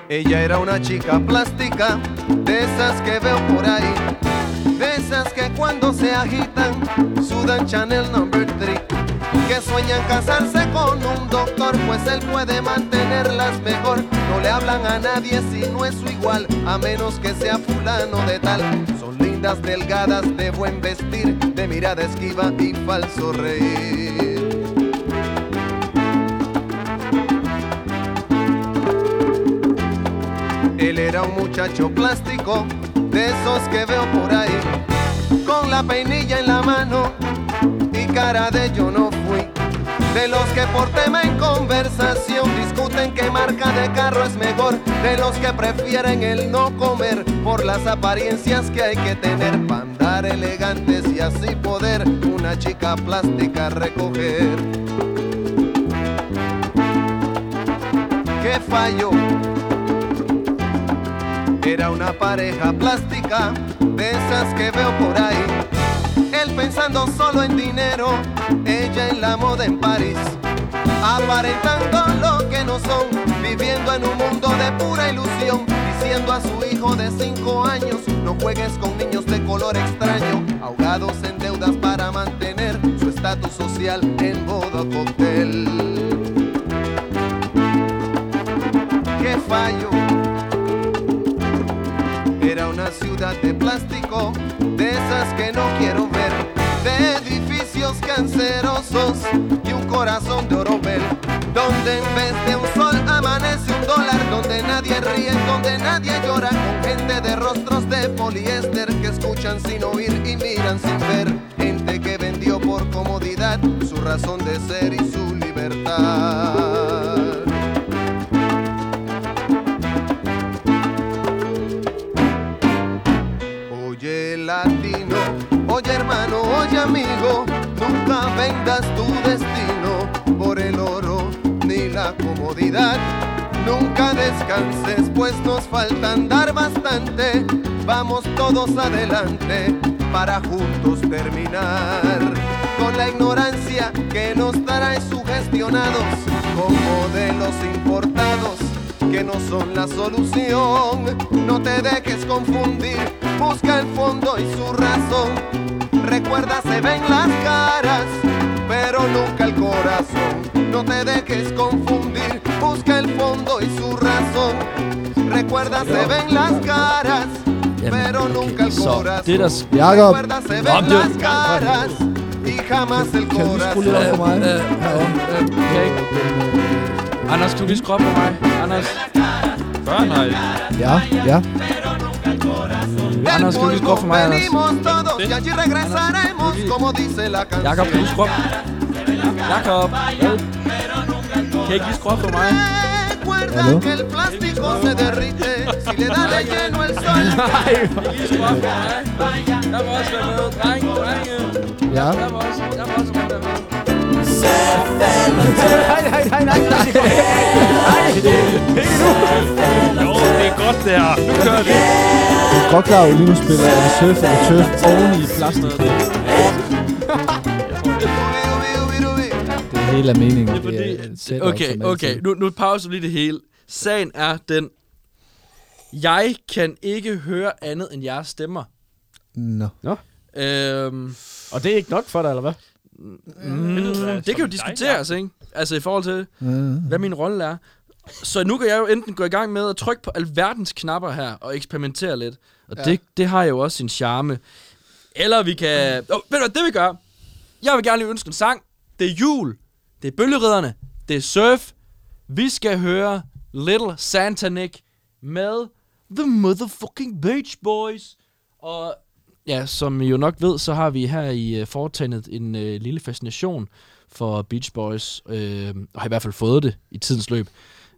Ella era una chica plástica, de esas que veo por ahí, de esas que cuando se agitan sudan Chanel No. 3, que sueñan casarse con un doctor, pues él puede mantenerlas mejor. No le hablan a nadie si no es su igual, a menos que sea fulano de tal. Son lindas, delgadas, de buen vestir, de mirada esquiva y falso reír. Él era un muchacho plástico, de esos que veo por ahí, con la peinilla en la mano y cara de yo no fui. De los que por tema en conversación discuten qué marca de carro es mejor. De los que prefieren el no comer por las apariencias que hay que tener para andar elegantes y así poder una chica plástica recoger. ¿Qué falló? Era una pareja plástica, de esas que veo por ahí. Él pensando solo en dinero, ella en la moda en París. Aparentando lo que no son, viviendo en un mundo de pura ilusión. Diciendo a su hijo de 5 años, no juegues con niños de color extraño. Ahogados en deudas para mantener su estatus social en boda cóctel. ¿Qué fallo? Era una ciudad de plástico, de esas que no quiero ver, de edificios cancerosos y un corazón de oropel, donde en vez de un sol amanece un dólar, donde nadie ríe, donde nadie llora, con gente de rostros de poliéster que escuchan sin oír y miran sin ver, gente que vendió por comodidad su razón de ser y su libertad. Oye latino, oye hermano, oye amigo, nunca vendas tu destino por el oro ni la comodidad. Nunca descanses, pues nos falta andar bastante. Vamos todos adelante para juntos terminar con la ignorancia que nos trae sugestionados con modelos importados que no son la solución. No te dejes confundir, busca el fondo y su razón. Recuerda, se ven las caras, pero nunca el corazón. No te dejes confundir, busca el fondo y su razón. Recuerda, se ven las caras, pero nunca el corazón. Recuerda, se ven las caras y jamás el corazón. Anders, kan du lige skrue på mig? Anders. Børn her. Ja, ja. Anders, kan du lige skrue for mig, Anders? Jakob, kan du skrue? Jakob. Kan I ikke lige skrue for mig? Recuerda que el plástico se derrite si le da de lleno el sol. Nej, lige skrue for mig. Jeg må også være med. Drenge. Ja. Jeg må også gerne være med. Nej. Jo, det er godt det her. Nu kører det. Du er godt klar over, at lige nu spiller surf eller turf oven i plastik. Det hele er meningen. Det er fordi, okay. Nu pauser lige det hele. Sagen er den. Jeg kan ikke høre andet end jeres stemmer. Nå. Og det er ikke nok for dig, eller hvad? Det kan jo diskuteres, ikke? Altså i forhold til, hvad min rolle er. Så nu kan jeg jo enten gå i gang med at trykke på alverdens knapper her og eksperimentere lidt. Og det har jo også sin charme. Eller vi kan... ved du hvad, det vi gør? Jeg vil gerne lige ønske en sang. Det er jul. Det er bølgeridderne. Det er surf. Vi skal høre Little Santa Nick med The Motherfucking Beach Boys. Og ja, som I jo nok ved, så har vi her i foretaget en lille fascination for Beach Boys. Og har i hvert fald fået det i tidens løb.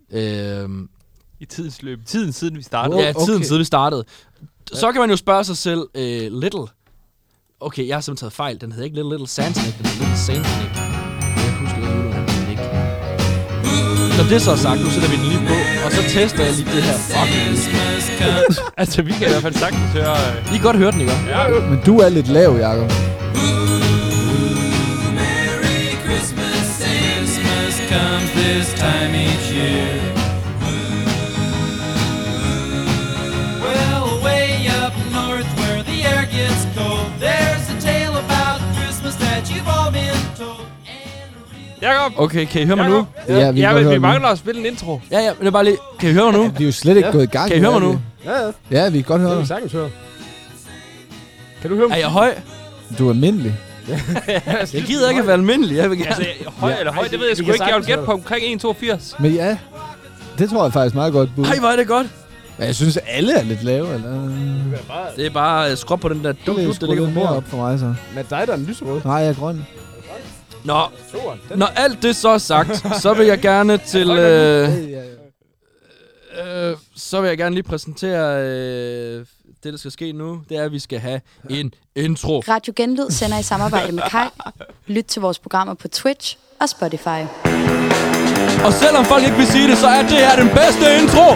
I tidens løb? Tiden siden vi startede? Ja, tiden siden vi startede. Så kan man jo spørge sig selv, Little... Okay, jeg har simpelthen taget fejl. Den hedder ikke Little Santa Nick, den hedder Little Saint Nick. Jeg husker ikke, hvordan den Nick. Når det så er sagt, nu sætter vi den lige på, og så tester jeg lige det her fucking Altså, vi kan i hvert fald sagtens høre... I kan godt høre den, ikke? Ja. Men du er lidt lav, Jacob. Merry Christmas comes this time each year. Jakob! Okay, kan I høre mig nu? Ja, vi mangler at spille en intro. Ja, men det er bare lige... Kan I høre mig nu? Vi er jo slet ikke gået i gang. Kan I høre mig nu? Ja, vi kan godt høre dig. dig. Sagtens høre. Kan du høre mig? Er jeg høj? Du er almindelig. Jeg gider ikke at være almindelig. Jeg vil gerne... Altså, høj eller høj, det ved jeg sgu ikke. Jeg vil gætte på omkring 1,82. Men ja, det tror jeg faktisk meget godt bud. Ej, hvor er det godt. Men jeg synes, alle er lidt lave, eller? Det er bare skrub på den der der ligger på bordet. Op for mig, så. Men dig, der er en lyserød. Nej, jeg er grøn. Når alt det så er sagt, så vil jeg gerne til... så vil jeg gerne lige præsentere det, der skal ske nu. Det er, at vi skal have en intro. Radio Genlyd sender i samarbejde med Kai. Lyt til vores programmer på Twitch og Spotify. Og selvom folk ikke vil sige det, så er det her den bedste intro.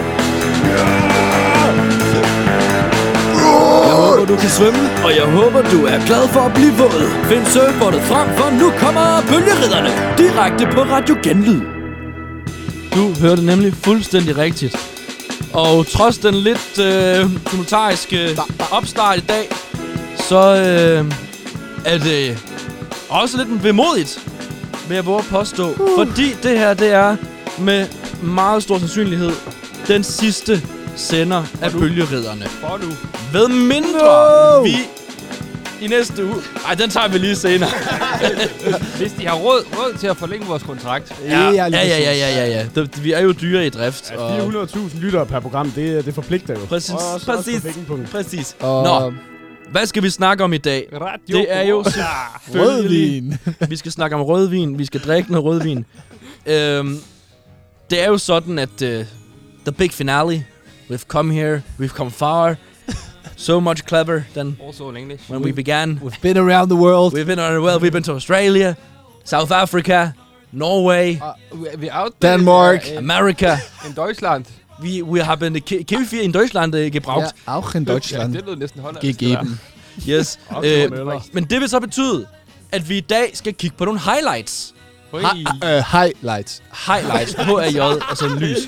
Jeg håber, du kan svømme, og jeg håber, du er glad for at blive våd. Find surfboardet frem, for nu kommer bølgeridderne direkte på Radio Genlyd. Du hørte nemlig fuldstændig rigtigt. Og trods den lidt tumultariske opstart i dag, så er det også lidt vemodigt, vil jeg våge at påstå. Fordi det her, det er med meget stor sandsynlighed den sidste sender af bølgeridderne. Ved mindre vi i næste uge... Ej, den tager vi lige senere. Hvis de har råd til at forlænge vores kontrakt. Ja. Vi er jo dyre i drift. Ja, 400.000 lyttere per program, det forpligter jo. Præcis. Nå, hvad skal vi snakke om i dag? Det er jo rødvin. Vi skal snakke om rødvin. Vi skal drikke noget rødvin. Det er jo sådan, at the big finale, we've come here, we've come far. So much clever than also in English. When we began. We've been around the world. We've been to Australia, South Africa, Norway, Denmark, America. In Deutschland. We have been Q4 in Deutschland gebraucht. Ja, auch in Deutschland. Ja, det lød næsten hollandsk. Gegeben. Yes. Men det vil så betyde, at vi i dag skal kigge på nogle highlights. Highlights. H-A-J, altså en lys.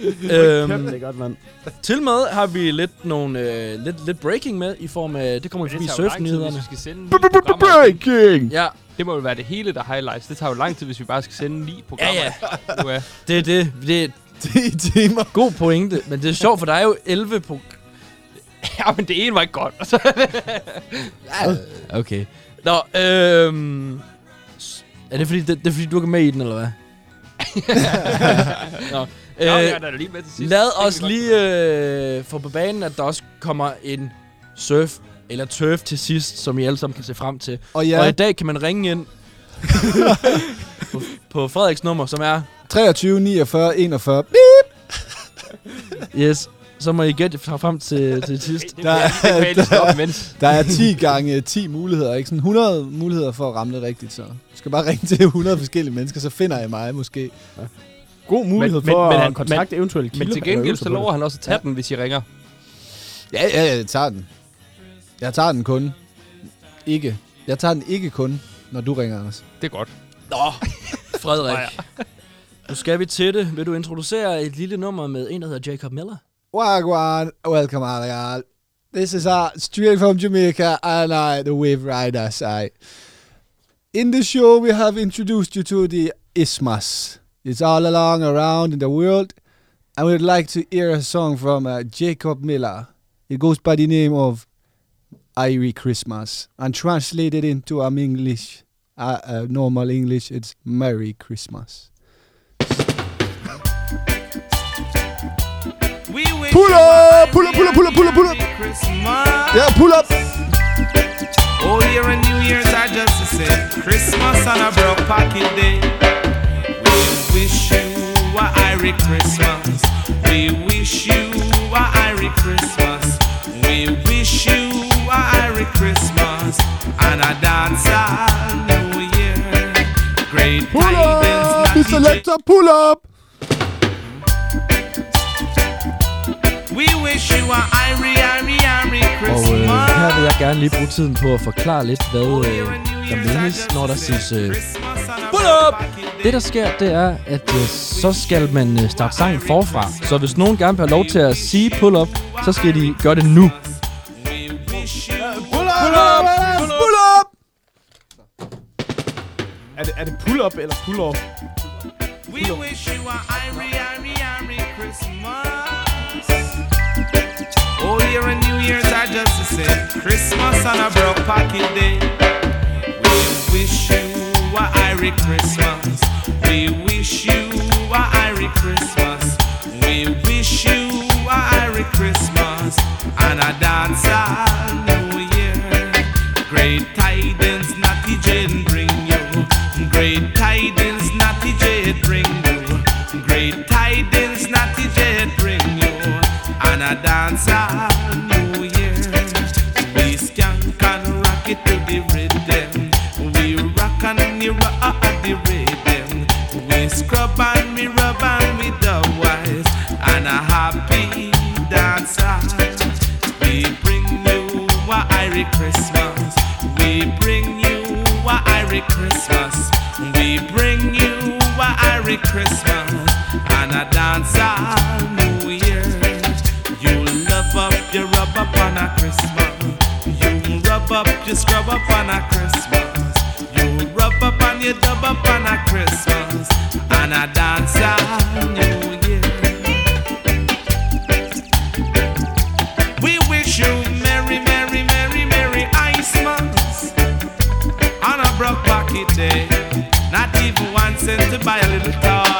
Til med har vi lidt breaking med i form af, det kommer forbi surf-nyhederne. Breaking! Ja. Det må jo være det hele, der highlights. Det tager jo lang tid, hvis vi bare skal sende 9 programmer. Ja. Det er timer. God pointe, men det er sjovt, for der er jo 11 Ja, men det ene var ikke godt. Okay. Nå, er det fordi du er med i den, eller hvad? Nå. Lad os lige få på banen, at der også kommer en surf eller turf til sidst, som I alle sammen kan se frem til. Og i dag kan man ringe ind på Frederiks nummer, som er 23 49 41. Beep! Yes. Så må I gætte frem til sidst. Der er 10 gange 10 muligheder, ikke? Sådan 100 muligheder for at ramme det rigtigt, så. Du skal bare ringe til 100 forskellige mennesker, så finder jeg mig måske. Ja. God mulighed for at kontakte eventuelle kilder. Men til gengæld så lover han også at tage den, hvis I ringer. Ja, jeg tager den. Jeg tager den kun. Ikke. Jeg tager den ikke kun, når du ringer, Anders. Det er godt. Nå, Frederik. Nu skal vi til det. Vil du introducere et lille nummer med en, der hedder Jacob Miller? Wagwan, welcome all. This is straight from Jamaica and the Wave Riders. In the show we have introduced you to the Isthmus. It's all along around in the world, and we'd like to hear a song from Jacob Miller. It goes by the name of Irie Christmas, and translated into English, normal English, it's Merry Christmas. Pull up! Yeah, pull up! All year and New Year's are just the same. Christmas on a broke pocket day. We wish you a Irie Christmas. We wish you a Irie Christmas. We wish you a Irie Christmas and a dance all New Year. Great pull up! Mr. Selector, pull up! We wish you a Irie Christmas. Og her vil jeg gerne lige bruge tiden på at forklare lidt, hvad der menes, når der siges pull up! Det, der sker, det er, at så skal man starte sangen forfra. Så hvis nogen gerne vil have lov til at sige pull up, så skal de gøre det nu. Er Er det pull-up eller pull-off? We wish you a Irie Christmas. Oh, here in New Year's I just say Christmas on a broke pocket day. We wish you a Irie Christmas. We wish you a Irie Christmas. We wish you a Irie Christmas and a dance all New Year. Great tidings, Natty Jane bring you. Great tidings, Natty Jane bring you. Great tidings, Natty Jane bring you. And a dance all New Year. We skank and rock it to the rhythm. We rock and we rock the rhythm. We scrub and we rub and we dub wise. And a happy dance. We bring you a Irie Christmas. We bring you a Irie Christmas. We bring you a Irie Christmas and a dance all New Year. You love up, you rub up on a Christmas. You rub up, you scrub up on a Christmas. You rub up and you dub up on a Christmas and a dance all New Year. We wish you merry, merry, merry, merry Christmas on a broke pocket day. Not even 1 cent to buy a little toy.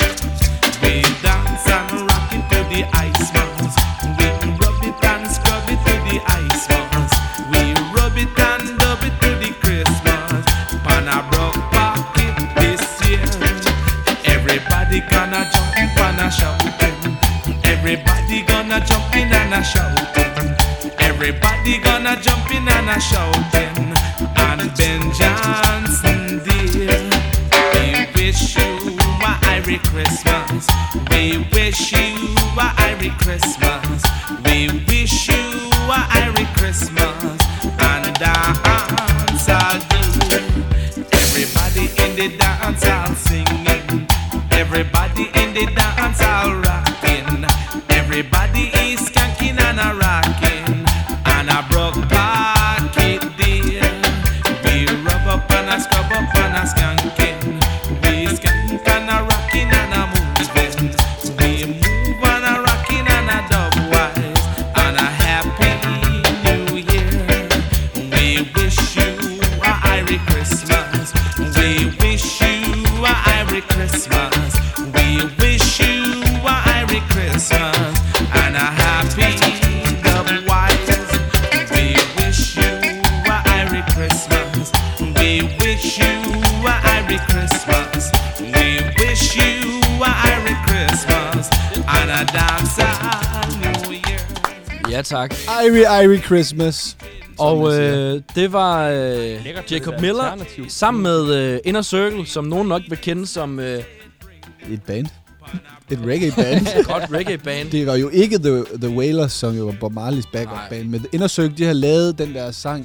We dance and rock it to the Iceman's. We rub it and scrub it to the Iceman's. We rub it and dub it to the Christmas. On a broke pocket this year. Everybody gonna jump in and a shouting. Everybody gonna jump in and a shouting. Everybody gonna jump in and a shouting. And Ben Johnson dear, we wish you a Irie Christmas. We wish you a Irie Christmas. We wish you a Irie Christmas and dance all do. Everybody in the dance all singing. Everybody in the dance all rocking. Everybody is skanking and a rocking. And a broke pocket dear. We rub up and a scrub up and a skanking. We skank and a rocking and a moving. We move and a rocking and a dub wise. And a happy New Year. We wish you a Irie Christmas. We wish you a Irie Christmas. We wish you a Irie Christmas and a happy dub wise. We wish you a Irie Christmas. We wish you a Irie Christmas. We wish you a Irie Christmas and a dance all New Year. Ja, tak. Irie Christmas. Og det var Jacob Miller sammen med Inner Circle, som nogen nok vil kende som... Et band. Et reggae-band. Godt reggae-band. Det var jo ikke The Wailers, som jo var Bob Marleys backup-band, men Inner Circle, de har lavet den der sang...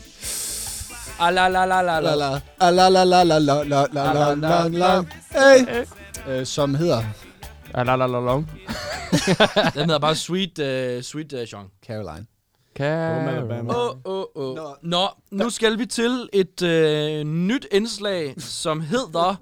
som hedder... Den hedder bare Sweet Jean. Caroline. Nå, nu skal vi til et nyt indslag, som hedder...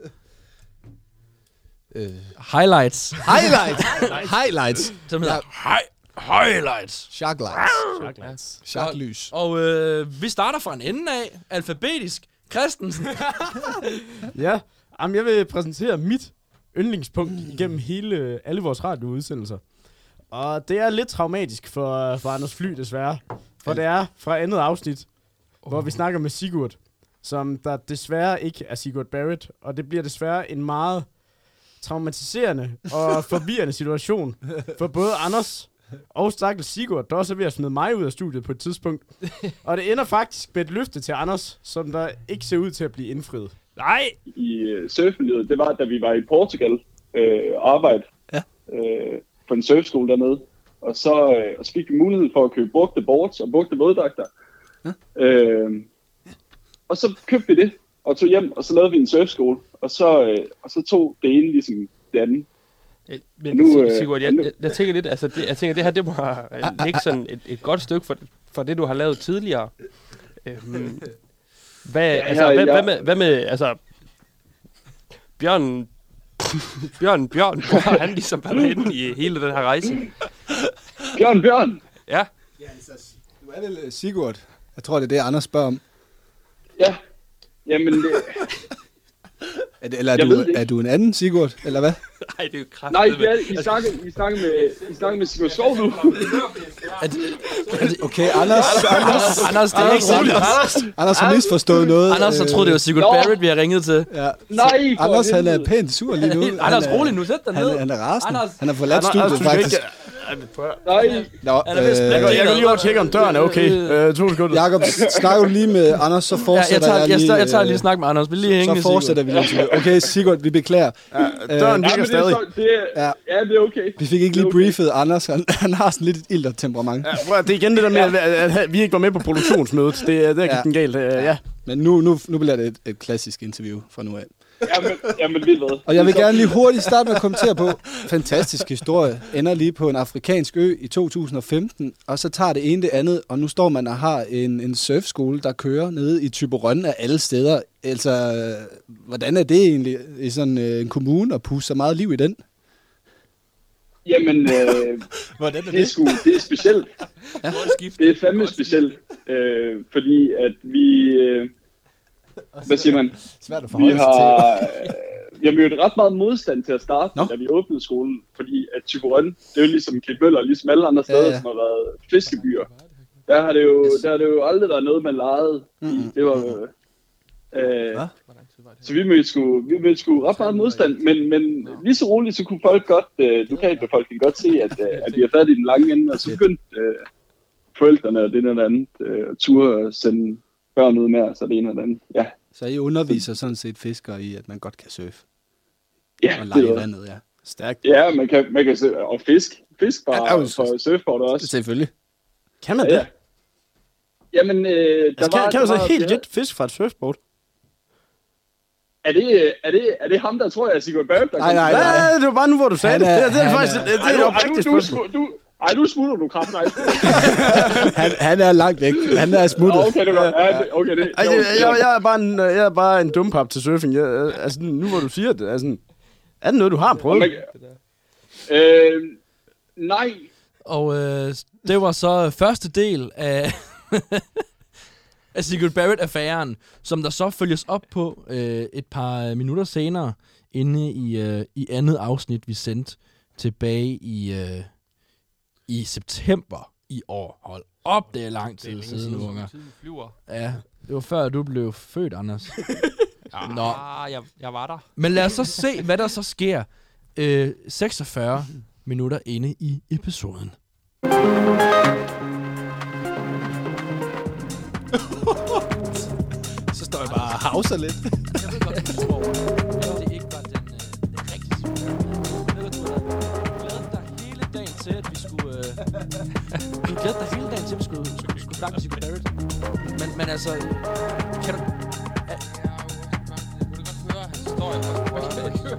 Highlights. Highlights. Som hedder Highlights. Sharklys. Og vi starter fra en ende af, alfabetisk. Christensen. Ja, jeg vil præsentere mit yndlingspunkt igennem alle vores radioudsendelser. Og det er lidt traumatisk for Anders Fly, desværre. For det er fra andet afsnit, hvor vi snakker med Sigurd, som der desværre ikke er Sigurd Barrett. Og det bliver desværre en meget traumatiserende og forvirrende situation for både Anders og stakkels Sigurd, der også er ved at smide mig ud af studiet på et tidspunkt. Og det ender faktisk med et løfte til Anders, som der ikke ser ud til at blive indfriet. Nej! I surfmiljøet, det var, da vi var i Portugal og arbejde på en surfskole dernede. Og så fik vi mulighed for at købe brugte boards og brugte våddragter. Og så købte vi det og tog hjem, og så lavede vi en surfskole. Og så tog det ene ligesom det andet. Men nu, Sigurd, jeg tænker lidt, altså det her, det må ligge sådan et godt stykke for det, du har lavet tidligere. Hvad med, altså, Bjørn, hvor har han ligesom været inde i hele den her rejse? Bjørn? Ja. Du er vel Sigurd? Jeg tror, det er det, Anders spørger om. Ja. Jamen, er du en anden Sigurd, eller hvad? Nej, det er jo kraftigt. Nej, I snakker med Sigurd Skov nu. Okay, Anders, det er ikke Sigurd. Anders har misforstået noget. Anders har troet, det var Sigurd Barrett, vi har ringet til. Ja. Nej, Anders, han er pænt sur lige nu. Anders, rolig nu, sæt dig ned. Han er rasende. Han har forladt studiet, faktisk. Nej. Nå, jeg kan lige over tjekke, om døren er okay. 2 sekunder. Jakob, snakker du lige med Anders, så fortsætter jeg lige. Jeg tager lige snak med Anders. Vi lige hænge, så fortsætter vi lige. Okay, Sigurd, vi beklager. Døren virker stadig. Ja, det er okay. Vi fik ikke lige briefet Anders. Han har sådan lidt et ilter temperament. Ja, det er igen det der med, at vi ikke var med på produktionsmødet. Det gik den galt. Ja. Men nu bliver det et klassisk interview fra nu af. Jamen vildt hvad. Og jeg vil gerne lige hurtigt starte med at kommentere på. Fantastisk historie. Ender lige på en afrikansk ø i 2015, og så tager det ene det andet, og nu står man og har en surfskole, der kører nede i Thyborøn af alle steder. Altså, hvordan er det egentlig i sådan en kommune at pusse så meget liv i den? Jamen, hvordan er det er specielt. Ja. Det er fandme specielt, fordi at vi... hvad siger man? Svært at forholde sig til. Vi har mødt ret meget modstand til at starte, da vi åbnede skolen, fordi at Thyborøn, det er jo ligesom Klitmøller, ligesom alle andre steder, som har været fiskebyer. Der har det jo aldrig været noget, man legede. Det var... så vi mødte sgu ret meget modstand, men lige så roligt, så kunne folk godt, lokalbefolkningen godt se, at vi er færdige i den lange ende, og så begyndte forældrene og det der andet turde at sende børn ud med, så det ene og det andet. Ja. Så I underviser sådan set fiskere i, at man godt kan surfe? Ja, og lege i vandet, ja. Stærkt. Ja, man kan surfe, og fisk bare for surfboard også. Selvfølgelig. Kan man det? Ja. Jamen, kan du så helt jet fisk fra et surfboard? Er det ham, der tror jeg er Sigurd Barrett? Nej, det var bare nu, hvor du sagde det. Det er faktisk et oprigtigt spørgsmål. Ej, nu smutter du kraften. Han er langt væk. Han er smuttet. Okay, det var. Okay, det. Jeg er bare en dumpap til surfing. Altså, nu hvor du siger det, altså, er det noget, du har prøvet? Nej. Og det var så første del af af Sigurd Barrett-affæren, som der så følges op på et par minutter senere, inde i andet afsnit, vi sendte tilbage i september i år. Hold op, det er lang tid siden, unger. Ja, det var før du blev født, Anders. Nå. Jeg var der. Men lad os så se, hvad der så sker 46 minutter inde i episoden. Så står jeg bare og havser lidt. Jeg ved godt, du tror over det ikke var den rigtige Sigurd Barrett. Du glædede dig hele dagen til, at vi skulle... Du glædede dig hele dagen til, at vi skulle snakke med Sigurd Barrett. Men altså... Kan du... Jeg kunne godt høre hans historie. Jeg glæder mig til at høre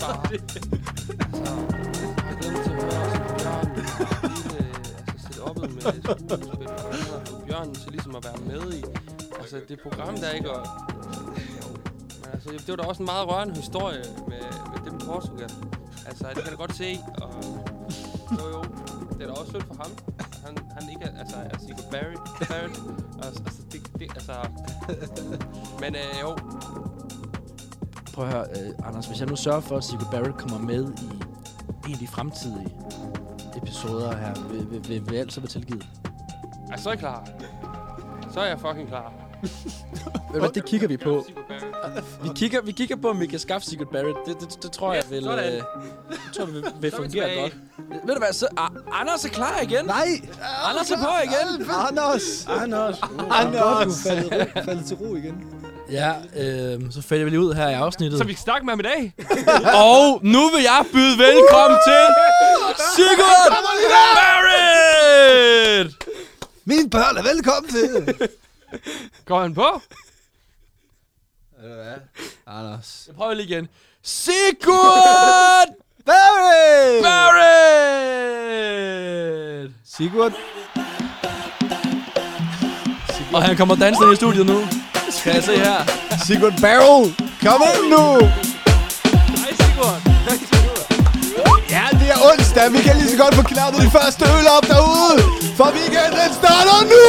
også Bjørn. Sætte oppet med skuespil. Og Bjørn til ligesom at være med i... Altså, det program der, ikke? Og, altså, det var da også en meget rørende historie med det med Portugal. Altså, det kan jeg godt se, og jo, det er da også synd for ham. Han ikke er Sigurd Barrett. Altså, altså... Men jo. Prøv at høre, Anders, hvis jeg nu sørger for, at Sigurd Barrett kommer med i en af de fremtidige episoder her, vil alt så være tilgivet? Altså, så er jeg klar. Så er jeg fucking klar. Ved du hvad, det kigger vi på. Vi kigger på, om vi kan skaffe Sigurd Barrett. Det tror jeg vil fungere godt. Ved du hvad, så Anders er klar igen. Nej! Anders er på igen. Anders! Du faldet til ro igen. Ja, så falder vi lige ud her i afsnittet. Så vi kan snakke med ham i dag. Og nu vil jeg byde velkommen til Sigurd Barrett! Mine børn er velkommen til. Går han på? Anders. Jeg prøver lige igen. Sigurd Barrett! Sigurd. Og han kommer dansende i studiet nu. Skal jeg se her. Sigurd Barrett, kom ind nu! Nice. vi kan lige så godt få klappet de første øl op derude, for weekenden starter nu!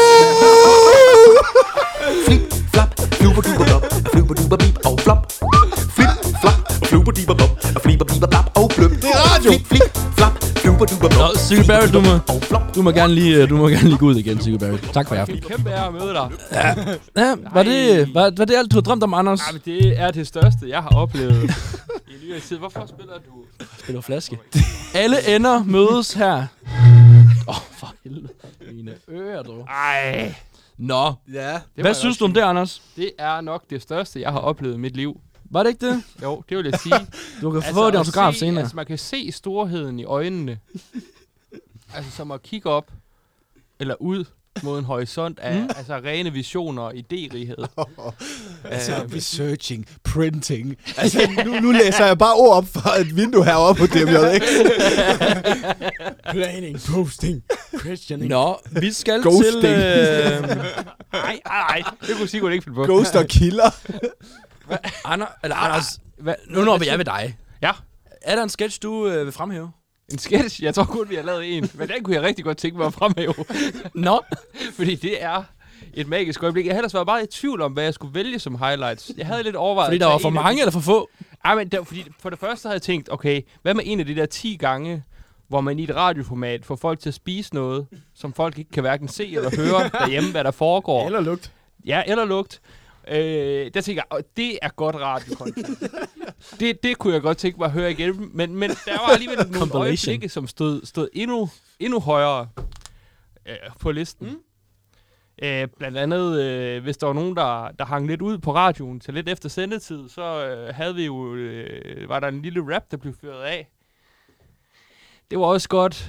Flip, flap, fluber-duber-blop, fluber-duber-bip og flop. Flip, flap, fluber-duber-blop, fluber-duber-blop og bløb. Det er radio! Flip, flip, flap, fluber-duber-blop. Nå, Sigurd Barrett, du må gerne lige gå ud igen, Sigurd Barrett. Tak for i aften. Det er kæmpe ære at møde dig. Ja, var det alt, du har drømt om, Anders? Ja, men det er det største, jeg har oplevet i nyere tid. Hvorfor spiller du? Spiller flaske. Alle ender mødes her. For helvede. Mine ører, du. Ej. Nå. Ja. Hvad synes du om det, Anders? Det er nok det største, jeg har oplevet i mit liv. Var det ikke det? Jo, det vil jeg sige. Du kan få det autograf senere. Altså, man kan se storheden i øjnene. Altså, som at kigge op eller ud mod en horisont af altså, rene visioner og idérighed. Researching, printing. Altså, nu læser jeg bare ord op fra et vindue heroppe på DMJX. Planning, posting, questioning. Nå, vi skal Ghosting. til... Nej, det kunne Sigurd ikke finde på. Ghost og killer. Anders, nu når vi er ved dig. Ja. Er der en sketch, du vil fremhæve? En sketch? Jeg tror kun, vi har lavet en. Men den kunne jeg rigtig godt tænke mig at fremhæve. Nå. Fordi det er et magisk øjeblik. Jeg havde ellers været bare i tvivl om, hvad jeg skulle vælge som highlights. Jeg havde lidt overvejet... Fordi der var for mange eller for få? Ja, men fordi for det første havde jeg tænkt, okay, hvad med en af de der 10 gange, hvor man i et radioformat får folk til at spise noget, som folk ikke kan hverken se eller høre derhjemme, hvad der foregår. Eller lugt. Ja, eller lugt. Der tænker jeg, det er godt radiokontent. det kunne jeg godt tænke mig at høre igen. Men der var alligevel nogle øjeblikke, som stod endnu højere på listen. Blandt andet, hvis der var nogen, der hang lidt ud på radioen til lidt efter sendetid, så havde vi jo, var der en lille rap, der blev ført af. Det var også godt.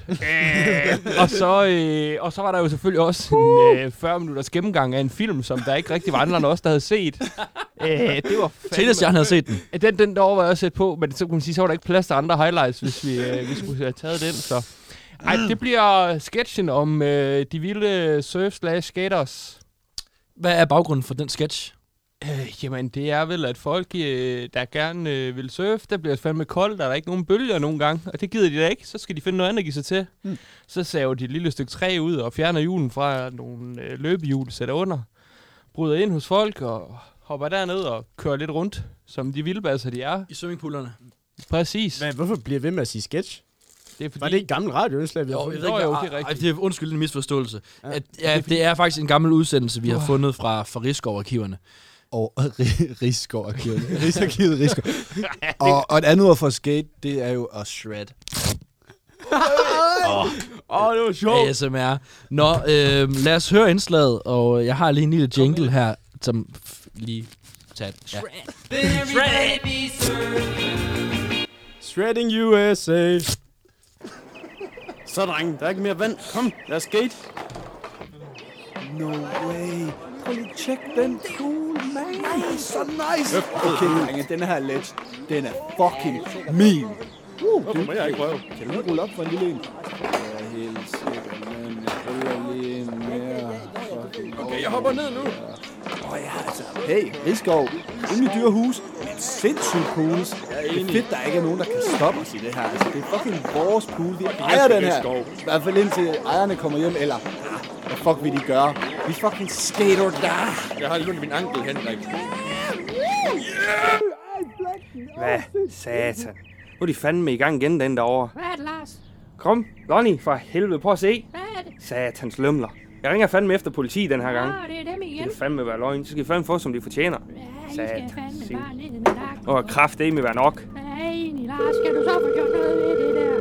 Og så var der jo selvfølgelig også en 40 minutters gennemgang af en film, som der ikke rigtig var andre end os, der havde set. Det var Telestjernen havde set den. Den der var jeg også set på, men så kunne man sige, så var der ikke plads til andre highlights, hvis vi skulle have taget den. Så. Ej, det bliver sketchen om de vilde surf/skaters. Hvad er baggrunden for den sketch? Jamen, det er vel, at folk, der gerne vil surfe, der bliver fandme koldt, der er ikke nogen bølger nogen gange, og det gider de da ikke. Så skal de finde noget andet at give sig til. Så saver de et lille stykke træ ud og fjerner hjulen fra nogle løbehjul, sætter under, bryder ind hos folk og hopper derned og kører lidt rundt, som de vildbasser de er. I swimmingpoolerne. Præcis. Men hvorfor bliver ved med at sige sketch? Det er fordi... Var det ikke gammel radioindslag, vi har fundet? Det er rigtigt. Det er undskyld en misforståelse. Det er faktisk en gammel udsendelse, vi har fundet fra Rigskov-arkiverne. Og Rigskov-arkiverne. Rigsarkivet Rigskov. Og et andet ord for skate, det er jo at shred. Det var sjovt. ASMR. Nå, lad os høre indslaget, og jeg har lige en lille jingle her, som lige taget. Ja. Shredding USA. Så, drenge, der er ikke mere vand. Kom, lad os skate. No way. Prøv lige at tjek den pool, man. Nej, så nice. Okay, drenge, den her let. Den er fucking min. Det må jeg ikke prøve. Kan du lige rulle op for en lille en? Ja, helt sikkert, men jeg ruller lige en mere. Okay, jeg hopper ned nu. Ja, altså. Hey, Rigskov. Rimelig dyre hus, men sindssygt pools. Det er fedt, der ikke er nogen, der kan stoppe os i det her. Altså, det er fucking vores pool. Vi ejer den her. I hvert fald indtil ejerne kommer hjem, eller... Hvad fuck vil de gøre? Vi fucking skater der. Jeg har lånt min ankel, Henrik. Hvad? Satan. Nu er de fandme i gang igen, den derovre. Hvad er det, Lars? Kom, Lonnie, for helvede, prøv at se. Hvad er det? Satans lømler. Jeg ringer fandme efter politi den her gang. Det er dem igen. Det kan fandme være løgn. Så skal I fandme få, som de fortjener. Ja, I skal fandme bare ned i den dag. Og kraftedeme være nok. Nej, Lars, skal du så få gjort noget ved det der?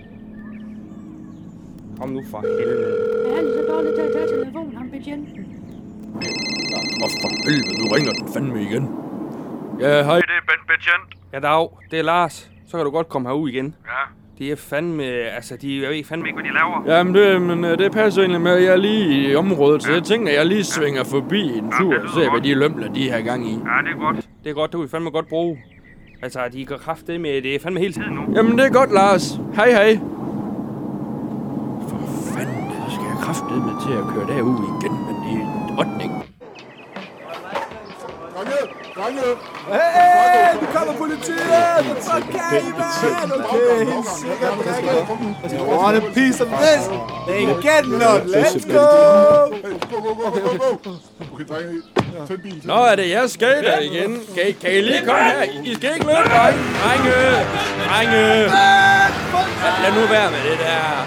Kom nu for helvede. Jeg er lige så dårligt til at tage telefonen, ham betjenten. Og for helvede, nu ringer den fandme igen. Ja, hej, det er betjent. Ja, dag. Det er Lars. Så kan du godt komme herud igen. Ja. De er fandme, altså, jeg ved fandme ikke, hvad de laver. Jamen, det passer egentlig med, at jeg er lige i området, så jeg tænker, at jeg lige svinger forbi en tur og ser, hvad de lømler, de har gang i. Ja, det er godt. Det er godt, det vil vi fandme godt bruge. Altså, de går kraftedeme, det er fandme hele tiden nu. Jamen, det er godt, Lars. Hej, hej. For fanden, så skal jeg kraftedeme til at køre derud igen, men det er en ordning. Hey! Nu kommer politiet! Hvad fuck kan I, man? Okay, helt sikkert. You want a piece of this? They ain't getting none. Let's go! Okay, drenge. Tag en bil. Nå, er det jeres skater igen? Kan I lige komme her? I skal ikke løbe, drenge! Lad nu være med det der.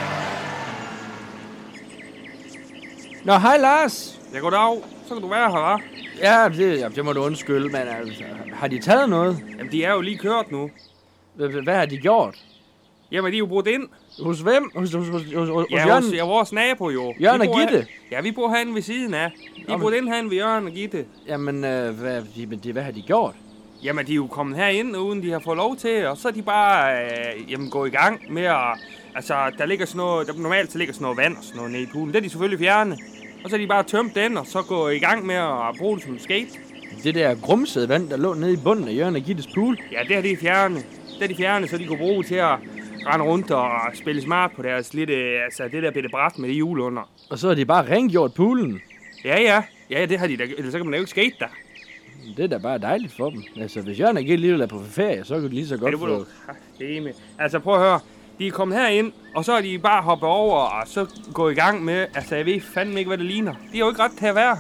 Nå, hej Lars. Ja, goddag. Så kan du være her, hva'? Ja, det må du undskylde, men altså, har de taget noget? Jamen, de er jo lige kørt nu. Hvad har de gjort? Jamen, de er jo brudt ind. Hos hvem? Hos Jørgen? Ja, vores nabo jo. Jørgen og Gitte? Ja, vi bor herinde ved siden af. De er brudt ind herinde ved Jørgen og Gitte. Jamen, hvad har de gjort? Jamen, de er jo kommet herind, uden de har fået lov til, og så er de bare gå i gang med at... Altså, der ligger sådan noget... Normalt så ligger sådan noget vand og sådan noget nede i poolen. Det er de selvfølgelig fjerne. Og så er de bare tømt den, og så gå i gang med at bruge det som skate. Det der grumsede vand, der lå nede i bunden af Jørgen og Gittes pool? Ja, det er de fjerne. Det er de fjerne, så de kunne bruge til at rende rundt og spille smart på deres lidt... Altså, det der bitte bræt med det hjul under. Og så har de bare rengjort poolen? Ja, det har de da. Ellers så kan man jo ikke skate der. Det er da bare dejligt for dem. Altså, hvis Jørgen og Gitte lige er på ferie, så kan de lige så godt få... Det er med. Altså, prøv at høre. De er kommet herind, og så er de bare hoppet over, og så gå i gang med... Altså, jeg ved fandme ikke, hvad det ligner. De er jo ikke ret til at være her.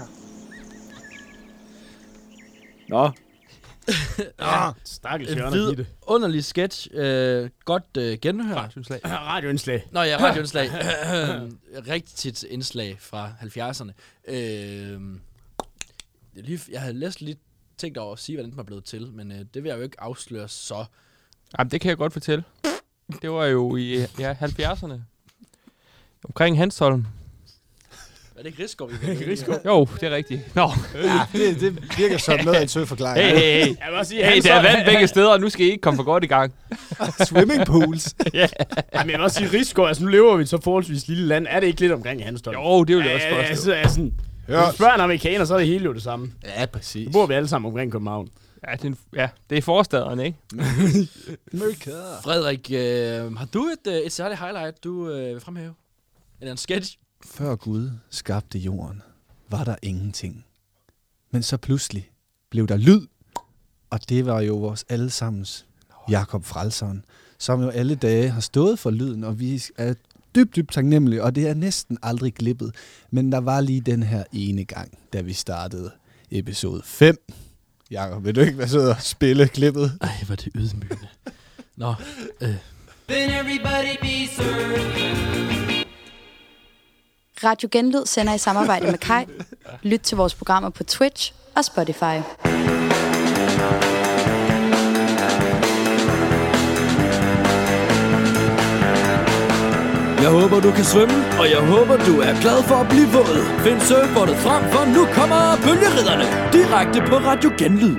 Nå. Stakkels Jørgen og Gitte. Underlig sketch. Godt genhør. Radioindslag. Nå ja, radioindslag. Rigtigt indslag fra 70'erne. Jeg havde læst lidt tænkt over at sige, hvordan den var blevet til, men det vil jeg jo ikke afsløre så. Jamen, det kan jeg godt fortælle. Det var jo i 70'erne. Omkring Hanstholm. Er det ikke Risskov? Jo, det er rigtigt. Nå. Ja, det virker som noget af en sød forklaring. Hey. Der er vand begge steder, og nu skal I ikke komme for godt i gang. Swimming pools. Ja. Jamen, jeg vil også sige Risskov. Altså, nu lever vi så forholdsvis lille land. Er det ikke lidt omkring Hanstholm? Jo, det vil jeg også forstå. Altså, hvis spørger en amerikaner, så er det hele jo det samme. Ja, præcis. Så bor vi alle sammen omkring København. Ja, det er forstaderne, ikke? Frederik, har du et særligt highlight, du vil fremhæve? Eller en sketch? Før Gud skabte jorden, var der ingenting. Men så pludselig blev der lyd, og det var jo vores allesammens Jakob Frelseren, som jo alle dage har stået for lyden, og vi er dybt taknemmelige, og det er næsten aldrig glippet. Men der var lige den her ene gang, da vi startede episode 5. Jakob, vil du ikke være sød og spille klippet? Ej, hvor det ydmygende. Nå. Then everybody be served. Radio Genlyd sender i samarbejde med Kai. Lyt til vores programmer på Twitch og Spotify. Jeg håber, du kan svømme, og jeg håber, du er glad for at blive våd. Find surfbordet frem, for nu kommer bølgeridderne direkte på Radio Genlyd.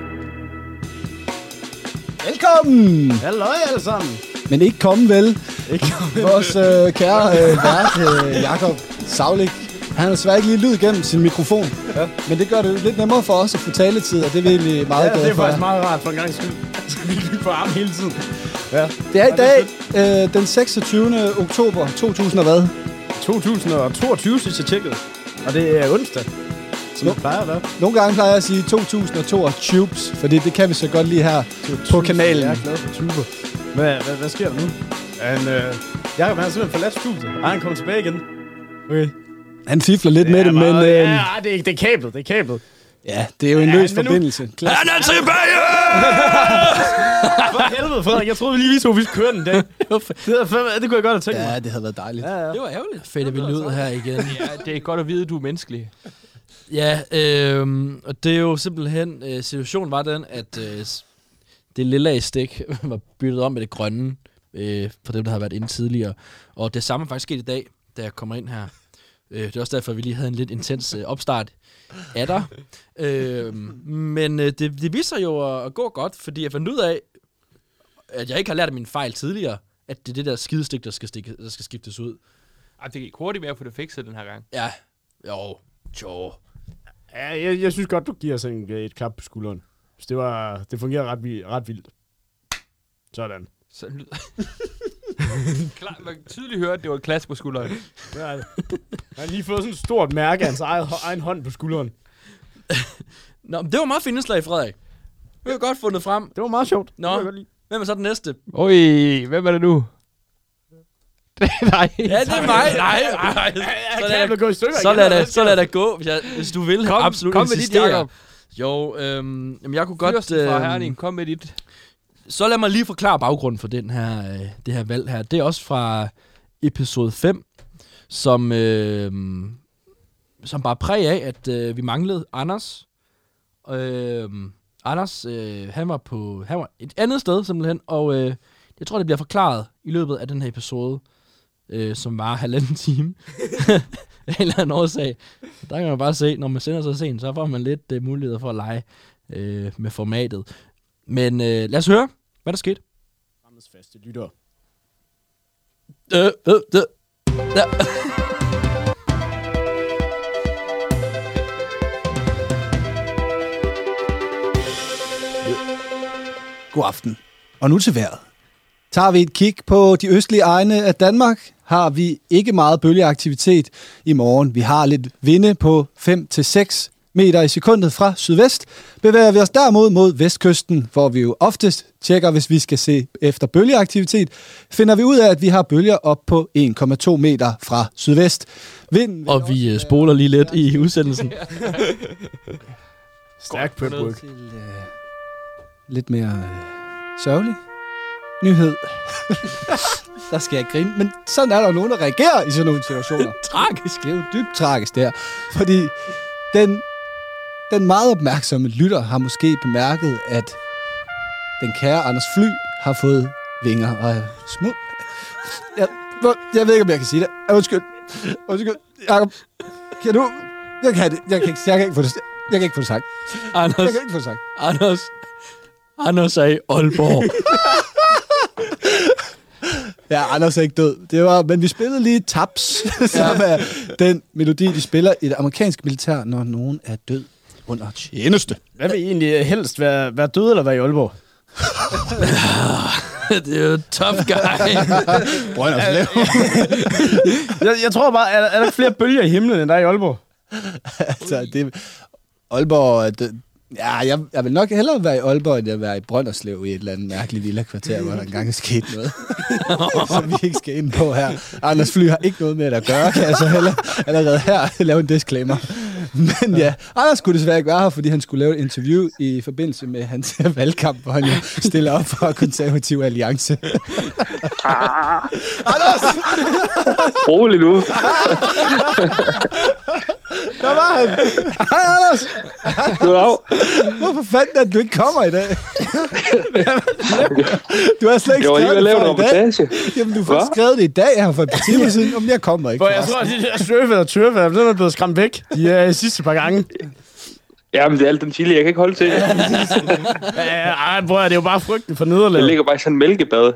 Velkommen! Halløj alle sammen! Men ikke komme vel. Vores kære vært, Jakob Saulik, han har desværre ikke lige lyd igennem sin mikrofon. Ja. Men det gør det lidt nemmere for os at få taletid, og det er vi egentlig meget glade for. Ja, det er faktisk meget rart for en gang skyld. Så vi kan få arm hele tiden. Ja. Det er i dag, den 26. oktober 2022, synes jeg tjekkede. Og det er onsdag. Som det plejer at være. Nogle gange plejer jeg at sige 2022, fordi det kan vi så godt lige her på kanalen. Jeg er glad for tuber. Hvad sker der nu? Jakob, han har simpelthen forladt studiet, og han kommer tilbage igen. Okay. Han fifler lidt med det, men... det er kablet, Ja, det er jo en løs forbindelse. Han er tilbage! For helvede, Frederik. Jeg troede vi lige vi skulle køre den dag. Det kunne jeg godt have tænkt mig. Ja, det havde været dejligt. Ja. Det var ærgerligt. Fedt, at vi lyder her igen. Ja, det er godt at vide, at du er menneskelig. Ja, og det er jo simpelthen... situationen var den, at det lille stik var byttet om med det grønne, for dem, der har været inde tidligere. Og det samme er faktisk sket i dag, da jeg kommer ind her. Det er også derfor, at vi lige havde en lidt intens opstart af dig. Men det viser jo at gå godt, fordi jeg fandt ud af, at jeg ikke har lært af mine fejl tidligere, at det er det der skidestik, der skal skiftes ud. Det gik hurtigt med at få det fikset den her gang. Ja, jo. Ja, jeg synes godt, du giver os et klap på skulderen. Det fungerer ret vildt. Sådan. Sådan lyder man kan tydeligt høre, at det var et klask på skulderen. Ja, han har lige fået sådan et stort mærke af hans egen hånd på skulderen. Nå, men det var meget fint indslag, Frederik. Det var godt fundet frem. Det var meget sjovt. Nå, hvem er så den næste? Oj, hvem er det nu? Nej. Ja, det er mig. Nej. Så lad det gå, hvis du vil. Absolut kom med dit, Jacob. Jo, jamen jeg kunne godt... Fyrsten fra Herning, kom med dit. Så lad mig lige forklare baggrunden for det her valg her. Det er også fra episode 5, som bare præg af, at vi manglede Anders. Anders, han var et andet sted simpelthen, og jeg tror, det bliver forklaret i løbet af den her episode, som var 1,5 time. En eller anden årsag. Der kan man bare se, når man sender så sent, så får man lidt muligheder for at lege med formatet. Men lad os høre, hvad der skete. Rammes faste lytter. Ja. God aften. Og nu til vejret. Tager vi et kig på de østlige egne af Danmark, har vi ikke meget bølgeaktivitet i morgen. Vi har lidt vinde på 5-6 meter i sekundet fra sydvest. Bevæger vi os derimod mod vestkysten, hvor vi jo oftest tjekker, hvis vi skal se efter bølgeaktivitet, finder vi ud af, at vi har bølger op på 1,2 meter fra sydvest. Vinden og vi spoler lige lidt i udsendelsen. Stærk pøbryg. Lidt mere sørgelig nyhed. Der skal jeg grine. Men sådan er der jo nogen, der reagerer i sådan nogle situationer. Tragisk. Det er jo dybt tragisk der. Fordi den meget opmærksomme lytter har måske bemærket, at den kære Anders Fly har fået vinger og er små. Jeg ved ikke, om jeg kan sige det. Undskyld. Jacob, kan du... Jeg kan ikke få det. Jeg kan ikke få det sagt. Anders. Jeg kan ikke få det sagt. Anders er i Aalborg. Ja, Anders er ikke død. Men vi spillede lige Taps, som er den melodi, de spiller i det amerikanske militær, når nogen er død under tjeneste. Hvad vil I egentlig helst være død eller være i Aalborg? Det er jo tough guy. Brønderslev. Jeg tror bare, er der flere bølger i himlen, end der er i Aalborg? Altså, Aalborg... jeg vil nok hellere være i Aalborg, end at være i Brønderslev i et eller andet mærkeligt villa-kvarter, hvor der engang er sket noget, som vi ikke skal ind på her. Anders Fly har ikke noget med det at gøre, kan jeg så allerede her lave en disclaimer. Men ja, Anders skulle desværre ikke være her, fordi han skulle lave et interview i forbindelse med hans valgkamp, hvor han jo stiller op for Konservativ Alliance. Anders! Rolig nu. Der var han. Hej, Anders. Hvorfor fanden er du ikke kommer i dag? Du har slet ikke skrevet det for i dag. Jamen, du får skrevet det i dag her for et par timer siden. Om jeg kommer ikke. Jeg tror, at de der surfer og tørfer, er blevet skræmt væk de sidste par gange. Ja, men det er alt den chili, jeg kan ikke holde til. Bror, det er jo bare frygten for nederlag. Jeg ligger bare i sådan en mælkebad.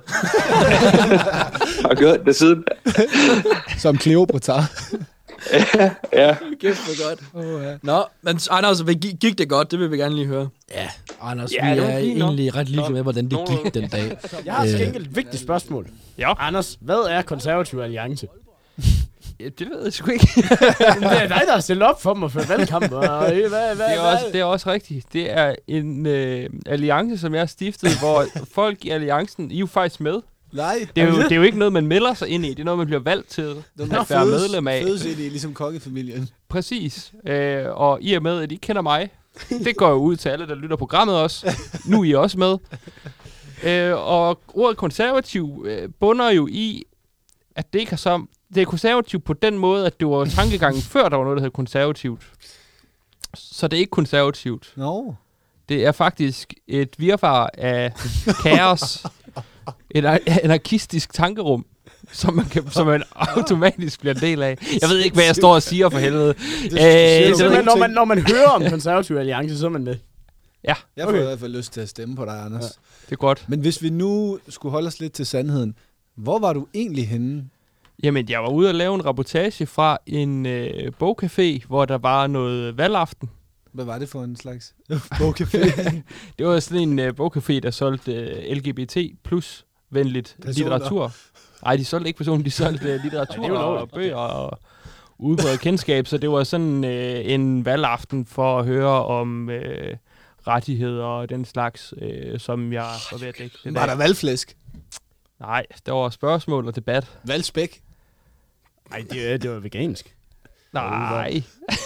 Og gjort det siden. Som Kleopatra. Ja. Kæft for godt. Nå, men Anders, gik det godt? Det vil vi gerne lige høre. Ja, Anders, vi er egentlig ret ligeglade med, hvordan det gik den dag. Jeg har skænket et vigtigt spørgsmål. Ja. Anders, hvad er Konservativ Alliance? Ja, det ved jeg sgu ikke. Det er dig, der har stillet op for mig for valgkamp. Det er også rigtigt. Det er en alliance, som jeg har stiftet, hvor folk i alliancen, I er jo faktisk med. Nej. Det er jo ikke noget, man melder sig ind i. Det er noget, man bliver valgt til at være medlem af. Fødes ind i, ligesom kongefamilien. Præcis. Og I er med, at I kender mig. Det går jo ud til alle, der lytter programmet også. Nu er I også med. Og ordet konservativ bunder jo i, at det ikke har det er konservativt på den måde, at det var tankegangen før, der var noget, der hed konservativt. Så det er ikke konservativt. No. Det er faktisk et virvar af kaos. Et anarkistisk tankerum, som man automatisk bliver en del af. Jeg ved ikke, hvad jeg står og siger for helvede. Når man hører om Konservativ Alliance, så er man med. Ja. Jeg får i hvert fald lyst til at stemme på dig, Anders. Ja, det er godt. Men hvis vi nu skulle holde os lidt til sandheden, hvor var du egentlig henne? Jamen, jeg var ude og lave en reportage fra en bogcafé, hvor der var noget valgaften. Hvad var det for en slags bogcafé? Det var sådan en bogcafé, der solgte LGBT plus venligt litteratur. Nej, de solgte ikke personer, de solgte litteratur og bøger og udbredt kendskab, så det var sådan en valgaften for at høre om rettigheder og den slags, som jeg var ved at dække. Var der valgflæsk? Nej, der var spørgsmål og debat. Valgspæk? Nej, det var vegansk. Nej.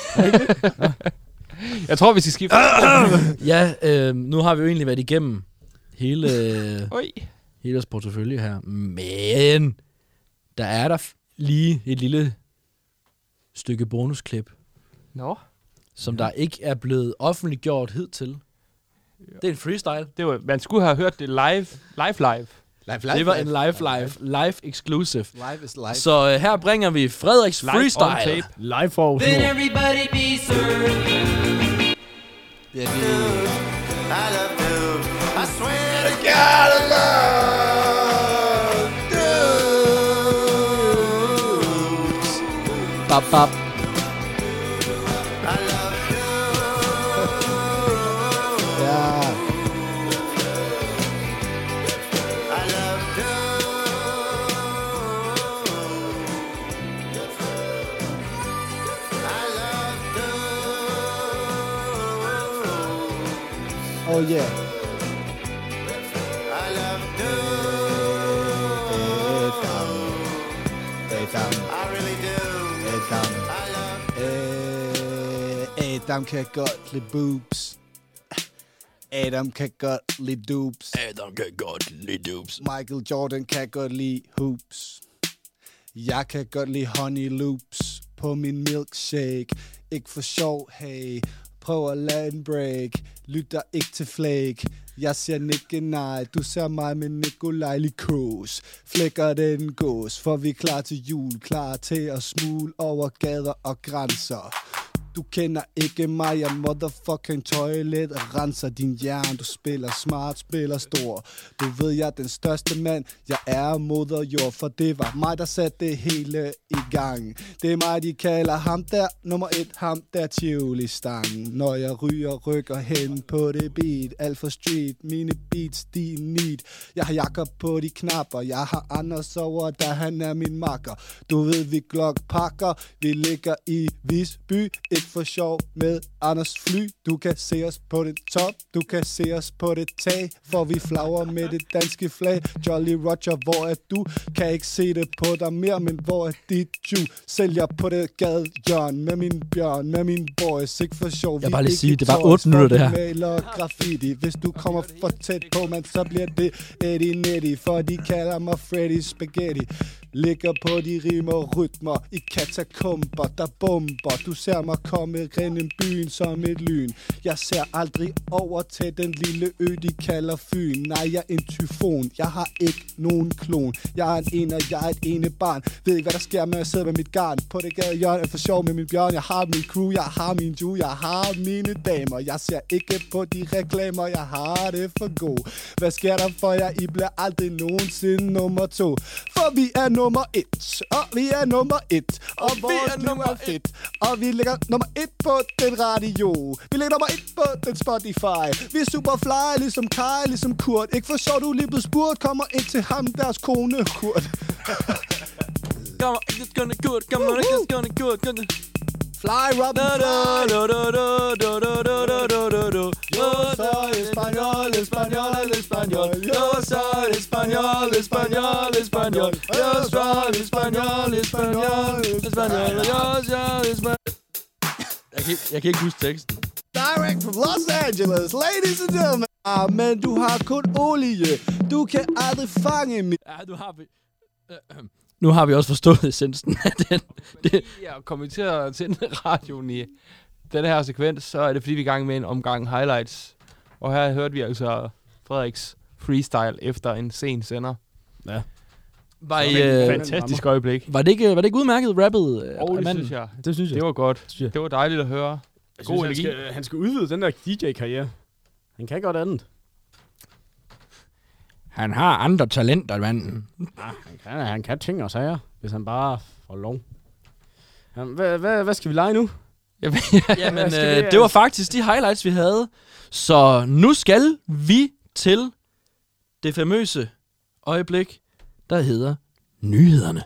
Jeg tror, vi skal skifte. Ja, nu har vi jo egentlig været igennem hele vores portefølje her. Men der er der lige et lille stykke bonusklip. Nå. Som der ikke er blevet offentliggjort hidtil. Det er en freestyle. Man skulle have hørt det live. Det var en live exclusive. Live is live. Så her bringer vi Frederiks freestyle. Live for Then everybody be served. Ja, det I love you. I swear to God I love dudes. Bap, bap. I love you. Ja. I love you. I love you. Oh yeah. I love you. Adam. I really do. Adam. I love Adam kan godt lide boobs. Adam kan godt lide dupes. Adam kan godt lide dupes. Michael Jordan kan godt lide hoops. Jeg kan godt lide honey loops på min milkshake. Ikke for sjov, hey. Prøv at lade en break. Lytter ikke til flake. Jeg siger Nikke nej. Du ser mig med Nikolaj Likos. Flækker den gås. For vi er klar til jul. Klar til at smule over gader og grænser. Du kender ikke mig, jeg motherfucking toilet renser din hjerne. Du spiller smart, spiller stor. Du ved, jeg er den største mand. Jeg er moder jord, for det var mig, der satte det hele i gang. Det er mig, de kalder ham der, nummer 1, ham der Tivoli-stangen. Når jeg rykker hen på det beat, alt for street, mine beats, de need. Jeg har jakker på de knapper, jeg har Anders over, da han er min makker. Du ved, vi pakker, vi ligger i Visby, ikke for sjov med Anders fly. Du kan se os på det top, du kan se os på det tag, for vi flagrer med det danske flag. Jolly Roger, hvor er du? Kan ikke se det på dig mere, men hvor er dit ju? Sælger på det gadehjørn med min bjørn, med min boys, ikke for sjov. Jeg bare lige sige, det var 8 minutter det her. Maler graffiti. Hvis du kommer for tæt på, man, så bliver det Eddie Netty, for de kalder mig Freddy Spaghetti. Ligger på de rimer rytmer i katakomber, der bomber. Du ser mig komme gennem byen som et lyn. Jeg ser aldrig over til den lille ø, de kalder Fyn. Nej, jeg er en tyfon, jeg har ikke nogen klon. Jeg er en og jeg er et ene barn. Ved ikke, hvad der sker med at sidde med mit garn på det gade hjørne for sjov med min bjørn. Jeg har min crew, jeg har min ju, jeg har mine damer. Jeg ser ikke på de reklamer, jeg har det for god. Hvad sker der for jer? I bliver aldrig nogensinde nummer 2. For vi er nummer 1, og vi er nummer 1, og vores liv er fedt. Og vi ligger nummer 1 på den radio. Vi ligger nummer 1 på den Spotify. Vi er super fly, ligesom Kai, ligesom Kurt. Ikke for sjovt, du lige blevet spurgt. Kommer ind til ham, deres kone, Kurt. Come on, it's gonna good. Come on, it's gonna good. Fly, Robin, fly. Yo soy español, español, español. Yo soy español, español, español. Yo soy español, español, español. Yo soy español. Jeg kan ikke huske teksten. Direct from Los Angeles, ladies and gentlemen. Men du har kun olie. Du kan aldrig fange mig. Ja, nu har vi også forstået essensen af den. Jeg kommer til at tænde radioen i den her sekvens, så er det fordi, vi er i gang med en omgang highlights. Og her hørte vi altså Frederiks freestyle efter en sen sender. Ja. Var et fantastisk øjeblik. Var det ikke udmærket rappet af det manden? synes jeg. Det synes jeg. Det var godt. Det var dejligt at høre. God energi. Han skal udvide den der DJ-karriere. Han kan godt andet. Han har andre talenter, manden. Han kan ting og sager, hvis han bare får lov. Hvad skal vi lege nu? Jamen, det var faktisk de highlights, vi havde. Så nu skal vi til det famøse øjeblik, der hedder nyhederne.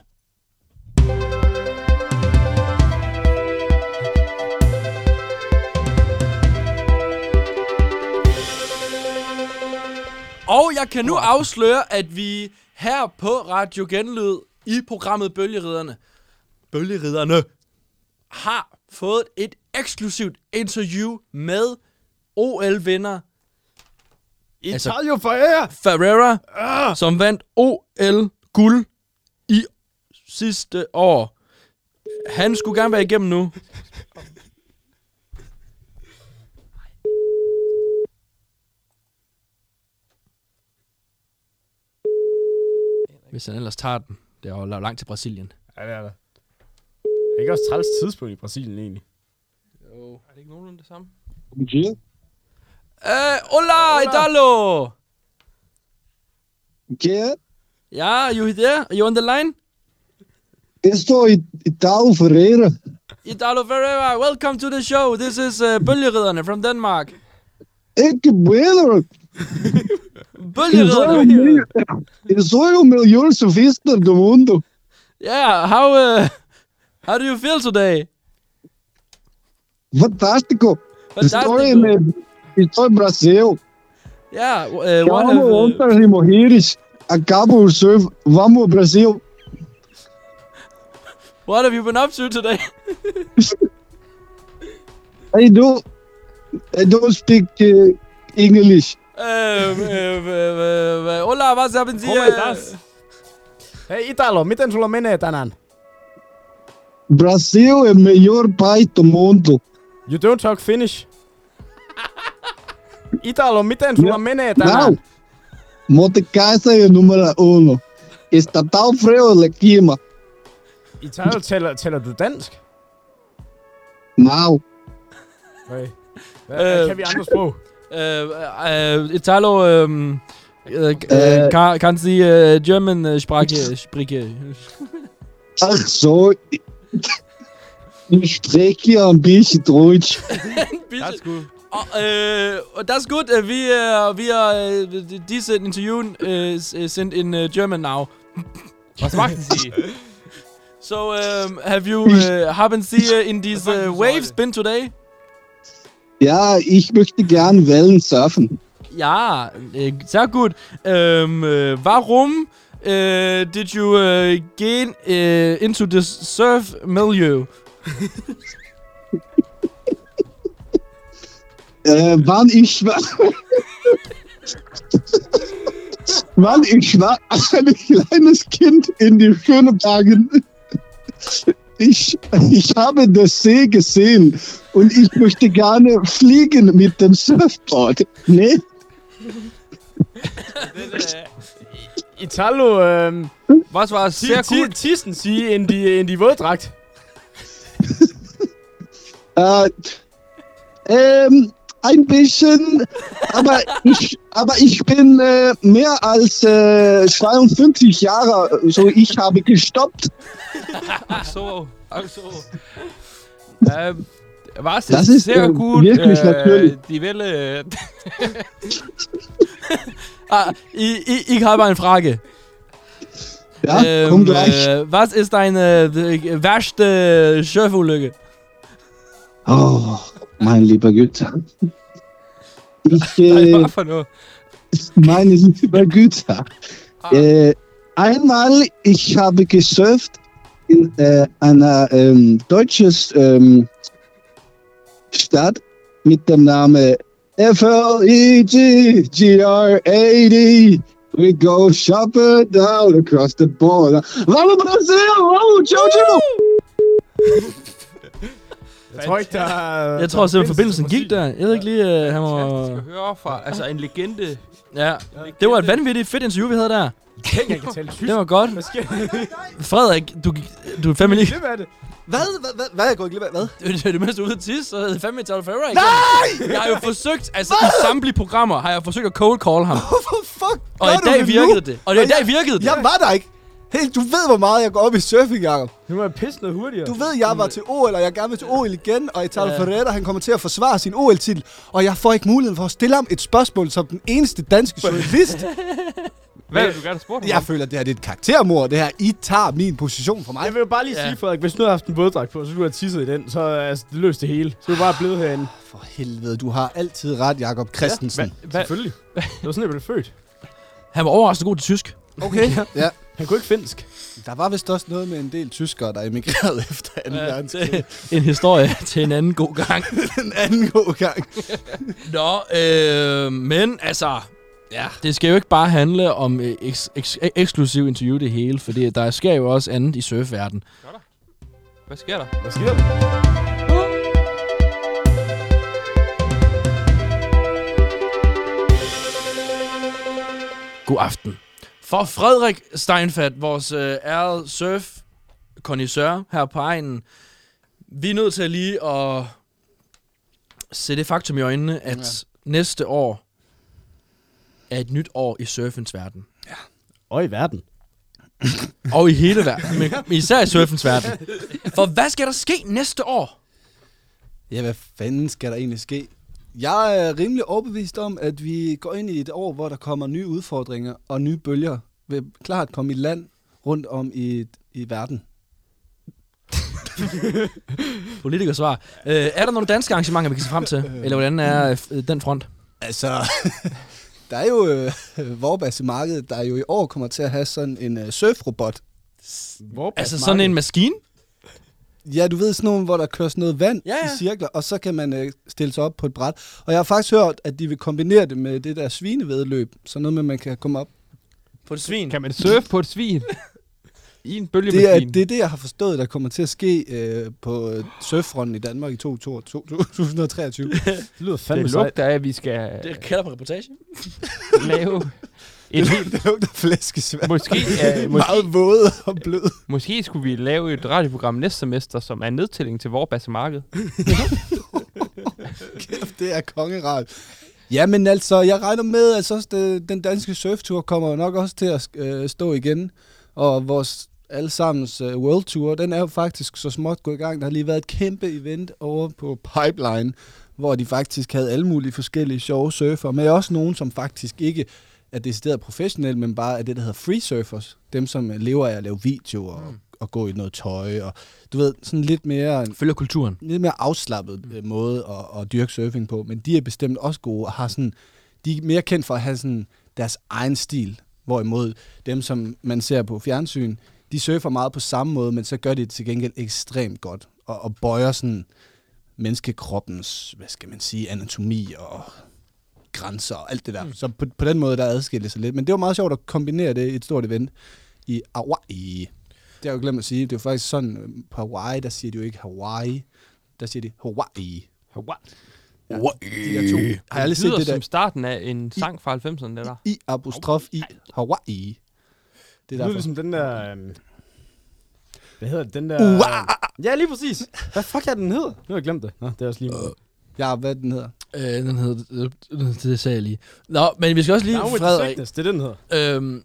jeg kan nu afsløre, at vi her på Radio Genlyd i programmet Bølgeridderne har fået et eksklusivt interview med OL-vinder Italio Ferreira, som vandt OL-guld i sidste år. Han skulle gerne være igennem nu. Hvis han ellers tager den. Det er jo langt til Brasilien. Ja, det er der. Er ikke også træls tidspunkt i Brasilien egentlig? Jo. Er det ikke nogenlunde det samme? Okay. Hola, Italo! Okay. Yeah, you there? Are you on the line? Estou Italo Ferreira. Italo Ferreira, welcome to the show. This is Bølgeridderne from Denmark. Ikke bueno. Bølgeridderne. Eu sou o melhor surfista do mundo. Yeah, how do you feel today? Fantástico. Estou em Brasil. Yeah, Vamos ontem mulheres. Acabo o surf. Vamos Brasil. What have you been up to today? I don't speak English. Hola, was haben Sie? Hei Italo, miten sulla menee tänään? Brasil é o melhor país do mundo. You don't talk Finnish. Italo, miten sulla menee tänään? Monte casa é o número 1. Está tão frio lá clima. Italo, taler du dansk? No. Okay. Hvad kan vi andre sprog? Italo, kan Sie German spreche? Ach so. Ich spreche ein bisschen Deutsch. That's good. That's good. This interview sent in German now. Was machen Sie? So, haben Sie in these waves been today? Ja, ich möchte gern Wellen surfen. Ja, sehr gut. Warum did you get into this surf milieu? Wann ich war ein kleines Kind in die schönen Tagen. Ich habe das See gesehen und ich möchte gerne fliegen mit dem Surfboard. Ne? Italo, was war sehr gut? Tissen Sie in die Våddragt? Ein bisschen, aber ich bin mehr als 52 Jahre, so ich habe gestoppt. Ach so. Was das ist sehr gut. Wirklich natürlich. Die Welle. Ich habe eine Frage. Ja, komm gleich. Was ist deine wärste Surfulykke? Oh, mein lieber Güter. Meine lieber Güter. Einmal, ich habe gesurft in einer deutschen Stadt mit dem Namen FLEGGR80. We go shopping down across the border. Vamos Brasil! Vamos, Jojo! Jeg tror simpelthen forbindelsen gik der. Jeg ved ikke lige, han var... Jeg skal høre fra, altså en legende. Ja, det var et vanvittigt fedt interview, vi havde der. Jeg kan tale tysk. Det var godt. Frederik, du er fandme lige... Hvad er jeg gået glip af? Hvad? Du er mest ude at tisse, så er det fandme Italo Ferreira igen. Nej! Jeg har jo forsøgt, altså i samtlige programmer, har jeg forsøgt at cold call ham. Hvorfor fuck og i dag virkede det. Og i dag virkede det. Jeg var der ikke. Helt, du ved, hvor meget jeg går op i surfing, Jacob. Du må pisse noget hurtigere. Du ved, jeg var til OL, og jeg gerne vil til OL igen, og Italo Ferreira, han kommer til at forsvare sin OL-titel, og jeg får ikke muligheden for at stille ham et spørgsmål som den eneste danske journalist. Hvad vil du gerne spørge? Jeg føler, at det her det er et karaktermord, det her. I tager min position for mig. Jeg vil jo bare lige sige, Frederik, hvis du havde haft en våddragt på, så du havde tisset i den, så altså, det løste det hele. Så du bare blevet herinde. For helvede, du har altid ret, Jakob Christensen. Selvfølgelig. Det var sådan, jeg blev født. Han var overraskende god til tysk. Okay, ja. Han kunne ikke finsk. Der var vist også noget med en del tyskere, der emigrerede efter 2. verdenskrig. En historie til en anden god gang. En anden god gang. Nå, men altså... Ja. Det skal jo ikke bare handle om eksklusiv interview det hele, for der sker jo også andet i surfverdenen. Hvad sker der? Hvad sker der? God aften. For Frederik Steinfeld, vores ærede surf-kondisseur her på egnen, vi er nødt til lige at se det faktum i øjnene, at næste år er et nyt år i surfens verden. Ja. Og i verden. Og i hele verden, men især i surfens verden. For hvad skal der ske næste år? Ja, hvad fanden skal der egentlig ske? Jeg er rimelig overbevist om, at vi går ind i et år, hvor der kommer nye udfordringer og nye bølger. Vil klart komme i land rundt om i verden. Politikersvar. Er der nogle danske arrangementer, vi kan se frem til? Eller hvordan er den front? Altså, der er jo Vorbasse-markedet, der jo i år kommer til at have sådan en surfrobot. Altså sådan en maskine? Ja, du ved sådan nogle, hvor der kører sådan noget vand i cirkler, og så kan man stille sig op på et bræt. Og jeg har faktisk hørt, at de vil kombinere det med det der svinevæddeløb. Så noget med, at man kan komme op på et svin. Kan man surfe på et svin? I en bølgemaskine? Det er det, jeg har forstået, der kommer til at ske på surffronten i Danmark i 2023. Det lyder fandme det lugter af, at vi skal... Det kalder på reportage. Lave... Det lugter flæskesvær. Måske meget våde og blød. Måske skulle vi lave et radioprogram næste semester, som er en nedtælling til Vorbasse Marked. Det er kongerat. Ja, men altså, jeg regner med, at så den danske surftur kommer nok også til at stå igen. Og vores allesammens World Tour, den er jo faktisk så småt gået i gang. Der har lige været et kæmpe event over på Pipeline, hvor de faktisk havde alle mulige forskellige sjove surfer, men også nogen, som faktisk ikke er decideret professionelle, men bare er det, der hedder free surfers. Dem, som lever af at lave videoer og gå i noget tøj, og du ved, sådan lidt mere... Følger kulturen. Lidt mere afslappet måde at dyrke surfing på, men de er bestemt også gode og har sådan... De er mere kendt for at have sådan deres egen stil, hvorimod dem, som man ser på fjernsyn, de surfer meget på samme måde, men så gør de det til gengæld ekstremt godt, og bøjer sådan menneskekroppens, hvad skal man sige, anatomi og grænser og alt det der. Så på den måde, der adskiller det sig lidt. Men det var meget sjovt at kombinere det i et stort event i Hawaii. Det har jeg jo glemt at sige. Det er jo faktisk sådan, på Hawaii, der siger de jo ikke Hawaii. Der siger de Hawaii. Hawaii. Ja, de to. Har jeg aldrig set det der? Som starten af en sang fra 90'erne, det der. I apostrof i Hawaii. Det er ligesom den der... hvad hedder det? Den der... Ja, lige præcis. Hvad fuck er den hedder? Nu har jeg glemt det. Nå, det er også lige meget. Ja, hvad den hedder? Den hedder... Det sagde jeg lige. Nå, men vi skal også lige... Frederik. Det er den hedder.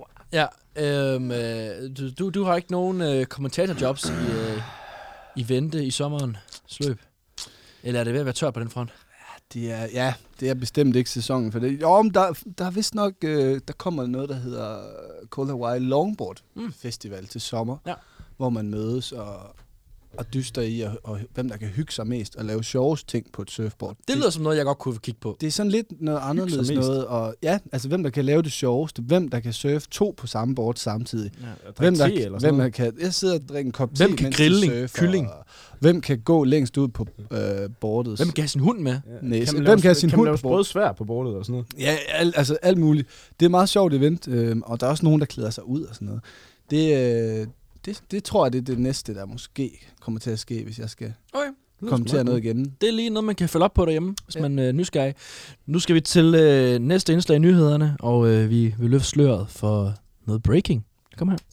Du har ikke nogen kommentatorjobs i vente i sommeren løb? Eller er det ved at være tør på den front? Det er bestemt ikke sæsonen for det. Jo, men der er vist nok... der kommer noget, der hedder Cold Hawaii Longboard Festival til sommer, hvor man mødes og dyster i, og hvem der kan hygge sig mest og lave sjovest ting på et surfboard. Det lyder som noget, jeg godt kunne kigge på. Det er sådan lidt noget anderledes noget, og ja, altså hvem der kan lave det sjoveste, hvem der kan surfe 2 på samme board samtidig. Hvem der kan jeg sidder og drikker en kop te, hvem kan grille kylling? Hvem kan gå længst ud på boardet? Hvem kan have sin hund med? Hvem kan have sin hund på bordet? Svær på bordet og sådan noget. Ja, altså alt muligt. Det er et meget sjovt event, og der er også nogen, der klæder sig ud og sådan noget. Det tror jeg, det er det næste, der måske kommer til at ske, hvis jeg skal kommentere noget igen. Det er lige noget, man kan følge op på derhjemme, hvis man er nysgerrig. Nu skal vi til næste indslag i nyhederne, og vi vil løfte sløret for noget breaking. Kom her.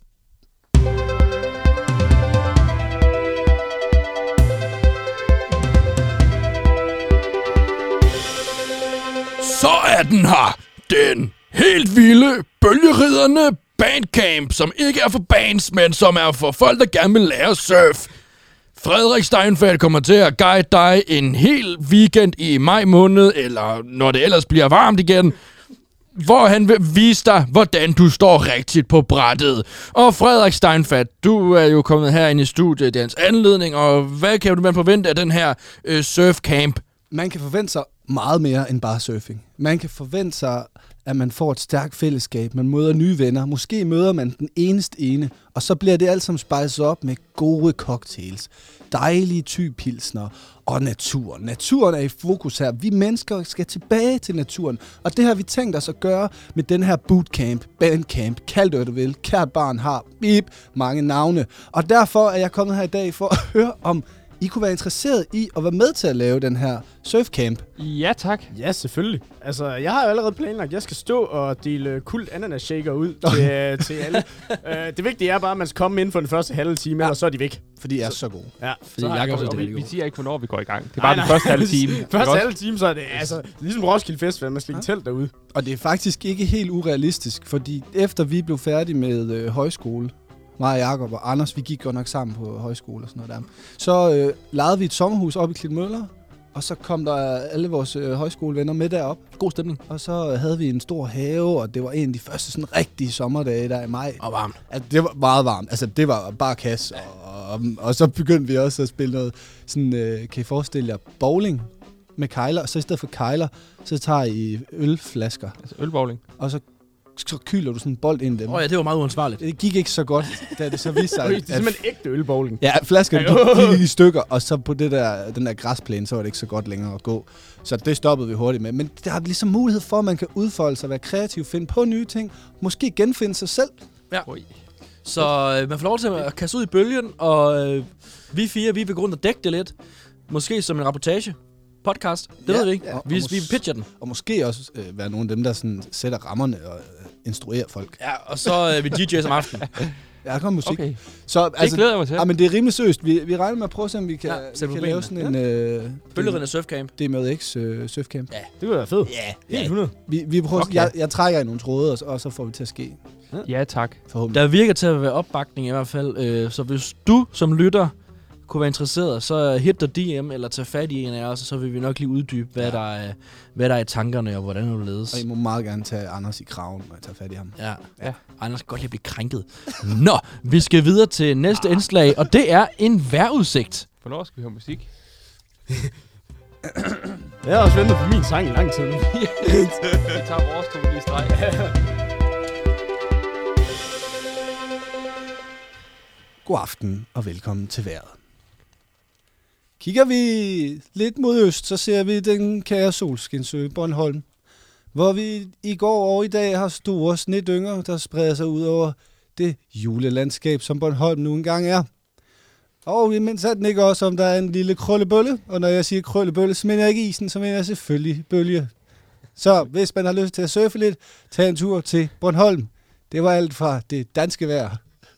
Så er den her. Den helt vilde, bølgeriderne Bandcamp, som ikke er for bands, men som er for folk, der gerne vil lære surf. Frederik Steinfeld kommer til at guide dig en hel weekend i maj måned, eller når det ellers bliver varmt igen, hvor han vil vise dig, hvordan du står rigtigt på brættet. Og Frederik Steinfeld, du er jo kommet her ind i studiet i hans anledning, og hvad kan du forvente af den her surfcamp man kan forvente sig meget mere end bare surfing. Man kan forvente sig, at man får et stærkt fællesskab, man møder nye venner, måske møder man den eneste ene, og så bliver det alt sammen spejset op med gode cocktails, dejlige typilsner og naturen. Naturen er i fokus her. Vi mennesker skal tilbage til naturen, og det har vi tænkt os at gøre med den her bootcamp, bandcamp, kald det hvad du vil. Kært barn har mange navne, og derfor er jeg kommet her i dag for at høre om I kunne være interesseret i at være med til at lave den her surfcamp. Ja, tak. Ja, selvfølgelig. Altså, jeg har jo allerede planlagt, at jeg skal stå og dele kult ananas shaker ud til alle. Det vigtige er bare, at man skal komme inden for den første halve time, og så er de væk. Fordi de er så gode. Ja. Fordi vi siger ikke, hvornår vi går i gang. Det er bare den første halve time. Første halve time, så er det ligesom Roskilde Festival, man skal ikke telt derude. Og det er faktisk ikke helt urealistisk, fordi efter vi blev færdige med højskole, mig og Jacob og Anders, vi gik godt nok sammen på højskole og sådan noget der. Så lejede vi et sommerhus op i Klitmøller, og så kom der alle vores højskolevenner med derop. God stemning. Og så havde vi en stor have, og det var en af de første sådan rigtige sommerdage der i maj. Og varmt. Altså, det var meget varmt. Altså, det var bare kasse. Og så begyndte vi også at spille noget sådan, kan I forestille jer, bowling med kejler. Og så i stedet for kejler, så tager I ølflasker. Altså ølbowling. Og så kyler du sådan en bold ind i dem. Ja, det var meget uansvarligt. Det gik ikke så godt, da det så viste sig. Det er simpelthen ægte ølbowling. Ja, flaskerne gik i stykker, og så på den der græsplæne, så var det ikke så godt længere at gå. Så det stoppede vi hurtigt med. Men der er ligesom mulighed for, at man kan udfolde sig, være kreativ, finde på nye ting, måske genfinde sig selv. Ja. Så man får lov til at kaste ud i bølgen, og vi fire, vi vil gå rundt og dække det lidt. Måske som en reportage. Podcast, det ved vi ikke. Ja, vi pitcher den. Og måske også være nogle af dem, der sådan sætter rammerne og instruerer folk. Ja, og så vi DJ som aften. Ja, der kommer musik. Okay. Så, altså, det glæder jeg mig til. Ja, men det er rimelig seriøst. Vi regner med at prøve, om vi kan, vi kan lave sådan en... Bølgerende surfcamp. DMX surfcamp. Ja, det kunne være fedt. Ja, helt 100. Vi prøver, okay. jeg trækker i nogle tråde, og så får vi til at ske. Ja, tak. Der virker til at være opbakning i hvert fald. Så hvis du som lytter kunne være interesseret, så hit dig DM eller tag fat i en af os, og så vil vi nok lige uddybe, hvad der er i tankerne, og hvordan du ledes. Og I må meget gerne tage Anders i kraven, og tage fat i ham. Ja. Anders kan godt lide at blive krænket. Nå, vi skal videre til næste indslag, og det er en vejrudsigt. Hvornår skal vi høre musik? Jeg har også ventet på min sang i lang tid nu. Vi tager vores to lige streg. God aften, og velkommen til vejret. Kigger vi lidt mod øst, så ser vi den kære solskinsø Bornholm, hvor vi i går og i dag har store snedynger, der spreder sig ud over det julelandskab, som Bornholm nu engang er. Og imens er den ikke også, om der er en lille krøllebølle, og når jeg siger krøllebølle, så mener jeg ikke isen, så mener jeg selvfølgelig bølge. Så hvis man har lyst til at surfe lidt, tag en tur til Bornholm. Det var alt fra det danske vejr.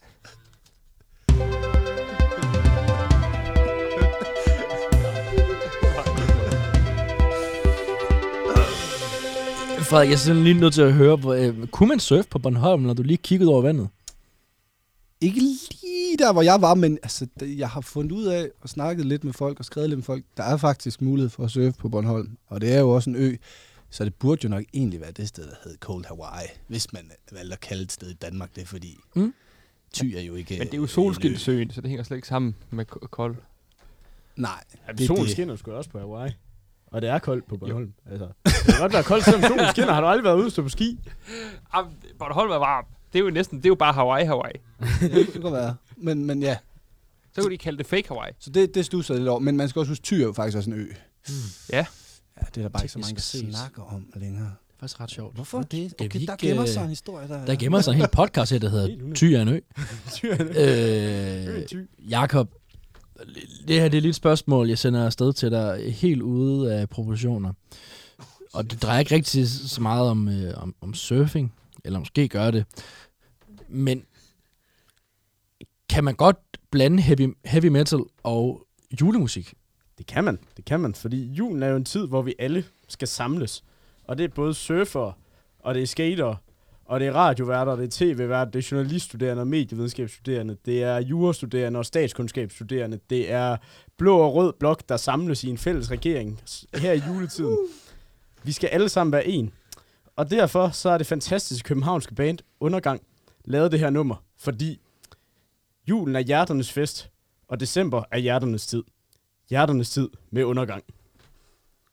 Frederik, jeg er simpelthen lige nødt til at høre, kunne man surfe på Bornholm, når du lige kiggede over vandet? Ikke lige der, hvor jeg var, men altså, jeg har fundet ud af og snakket lidt med folk og skrevet lidt med folk. Der er faktisk mulighed for at surfe på Bornholm, og det er jo også en ø, så det burde jo nok egentlig være det sted, der hedder Cold Hawaii, hvis man valgte at kalde et sted i Danmark. Det er fordi Thy er jo ikke... Men det er jo solskinsøen, så det hænger slet ikke sammen med kold. Nej. Ja, solen skinner sgu også på Hawaii. Og det er koldt på Bornholm. Altså, det kan godt være koldt, selvom solen skinner. Har du aldrig været ude stå på ski? Bornholm er varm. Det er jo det er jo bare Hawaii. Det kan være. Men ja. Så kunne de kalde det fake Hawaii. Så det stusser lidt over. Men man skal også huske, Thy er jo faktisk også en ø. Ja. Ja, det er der bare ikke så mange, der snakker om længere. Det er faktisk ret sjovt. Hvorfor det? Okay, der gemmer sig en historie der. Der gemmer sig en hel podcast her, der hedder Thy er en ø. Jakob, det her det er lidt et spørgsmål, jeg sender afsted til dig helt ude af proportioner. Og det drejer ikke rigtig så meget om surfing, eller måske gør det. Men kan man godt blande heavy metal og julemusik? Det kan man, fordi julen er jo en tid, hvor vi alle skal samles. Og det er både surfere, og det er skatere, og det er radioværter, det er tv-værter, det er journaliststuderende og medievidenskabsstuderende, det er jurastuderende og statskundskabsstuderende, det er blå og rød blok, der samles i en fælles regering her i juletiden. Vi skal alle sammen være en. Og derfor så er det fantastiske københavnske band Undergang lavet det her nummer, fordi julen er hjerternes fest, og december er hjerternes tid. Hjerternes tid med Undergang.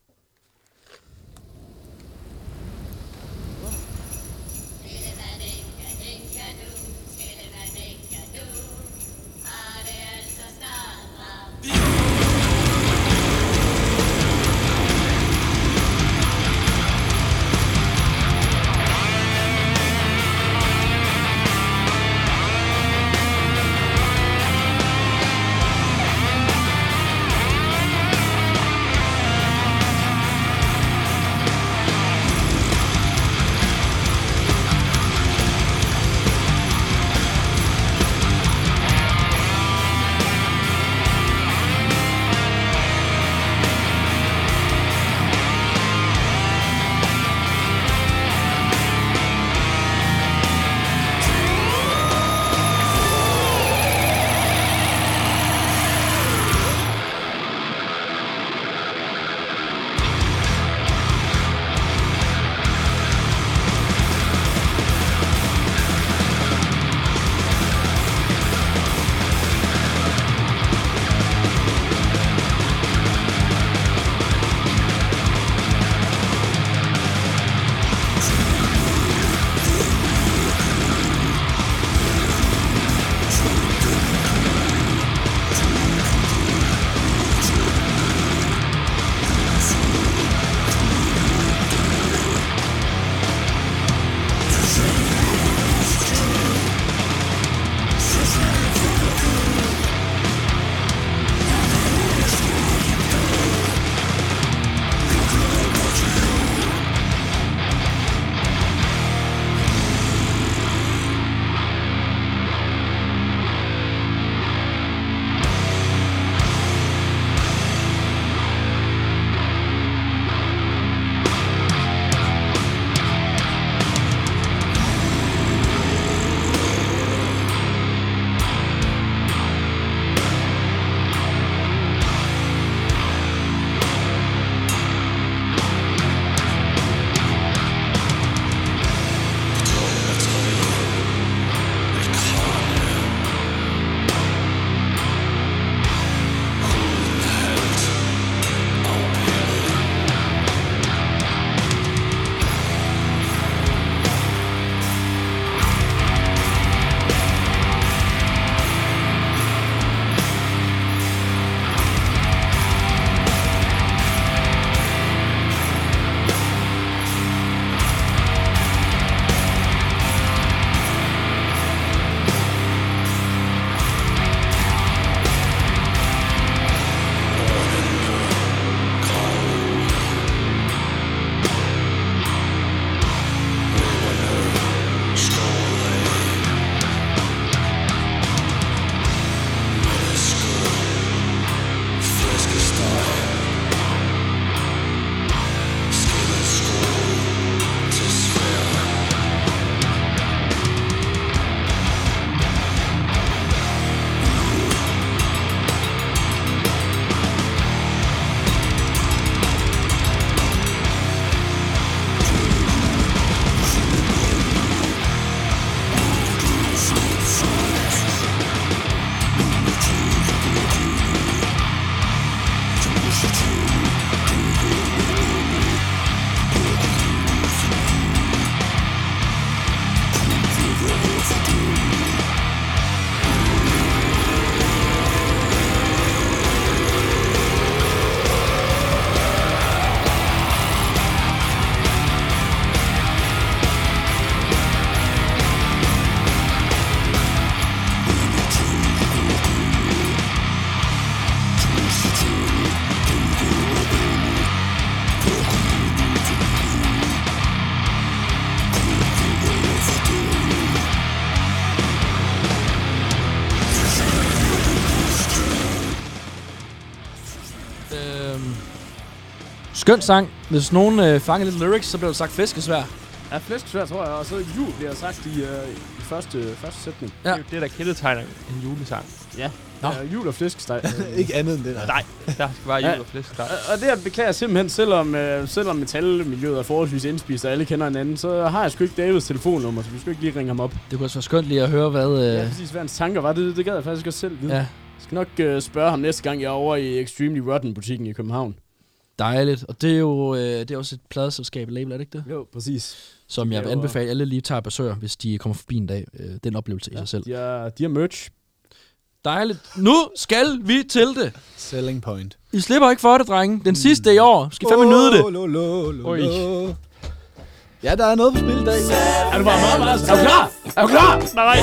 Skøn sang. Hvis nogen fanger lidt lyrics, så bliver der sagt flæskesvær. Ja, flæskesvær, tror jeg. Og så jul bliver sagt i første sætning. Ja. Det er jo det, der kendetegner en julesang. Ja. Jul og flæskesteg. Ikke andet end det der. Nej, der skal være jul og flæskesteg. Og det beklager simpelthen, selvom metalmiljøet er forholdsvis indspist, og alle kender hinanden, så har jeg sgu ikke Davids telefonnummer, så vi skal ikke lige ringe ham op. Det kunne også være skønt lige at høre, hvad... Ja, præcis, hvad hans tanker var. Det gad jeg faktisk også selv vide. Ja. Jeg skal nok spørge ham næste gang, jeg er over i Extremely Rotten-butikken i København. Dejligt. Og det er jo det er også et pladeselskab, label, er det ikke det? Jo, præcis. Som jeg vil anbefale alle lige tager besøger, hvis de kommer forbi en dag. Den oplevelse i sig selv. De har merch. Dejligt. Nu skal vi til det. Selling point. I slipper ikke for det, drenge. Den sidste i år. Skal fandme nyde det. Oi. Ja, der er noget på spil i dag. Er du bare meget? Er du klar? Er du klar? Nej.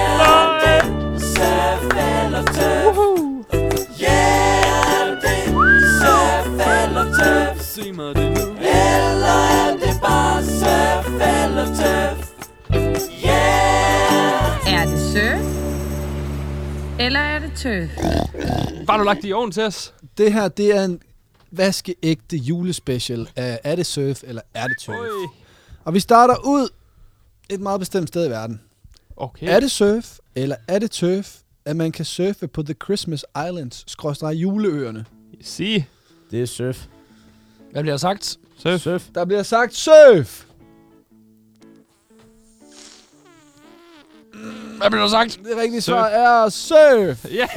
Sig mig det nu. Eller er det bare surf eller tøf? Yeah! Er det surf? Eller er det tøf? Bare du lagt det i ovnen til os. Det her, det er en vaskeægte julespecial af Er det surf eller er det tøf? Og vi starter ud et meget bestemt sted i verden. Okay. Er det surf eller er det tøf, at man kan surfe på The Christmas Islands, /juleøerne? Sige. Det er surf. Hvad bliver der sagt? Surf. Der bliver sagt surf. Hvad bliver der sagt? Det rigtige svar er surf. Yeah!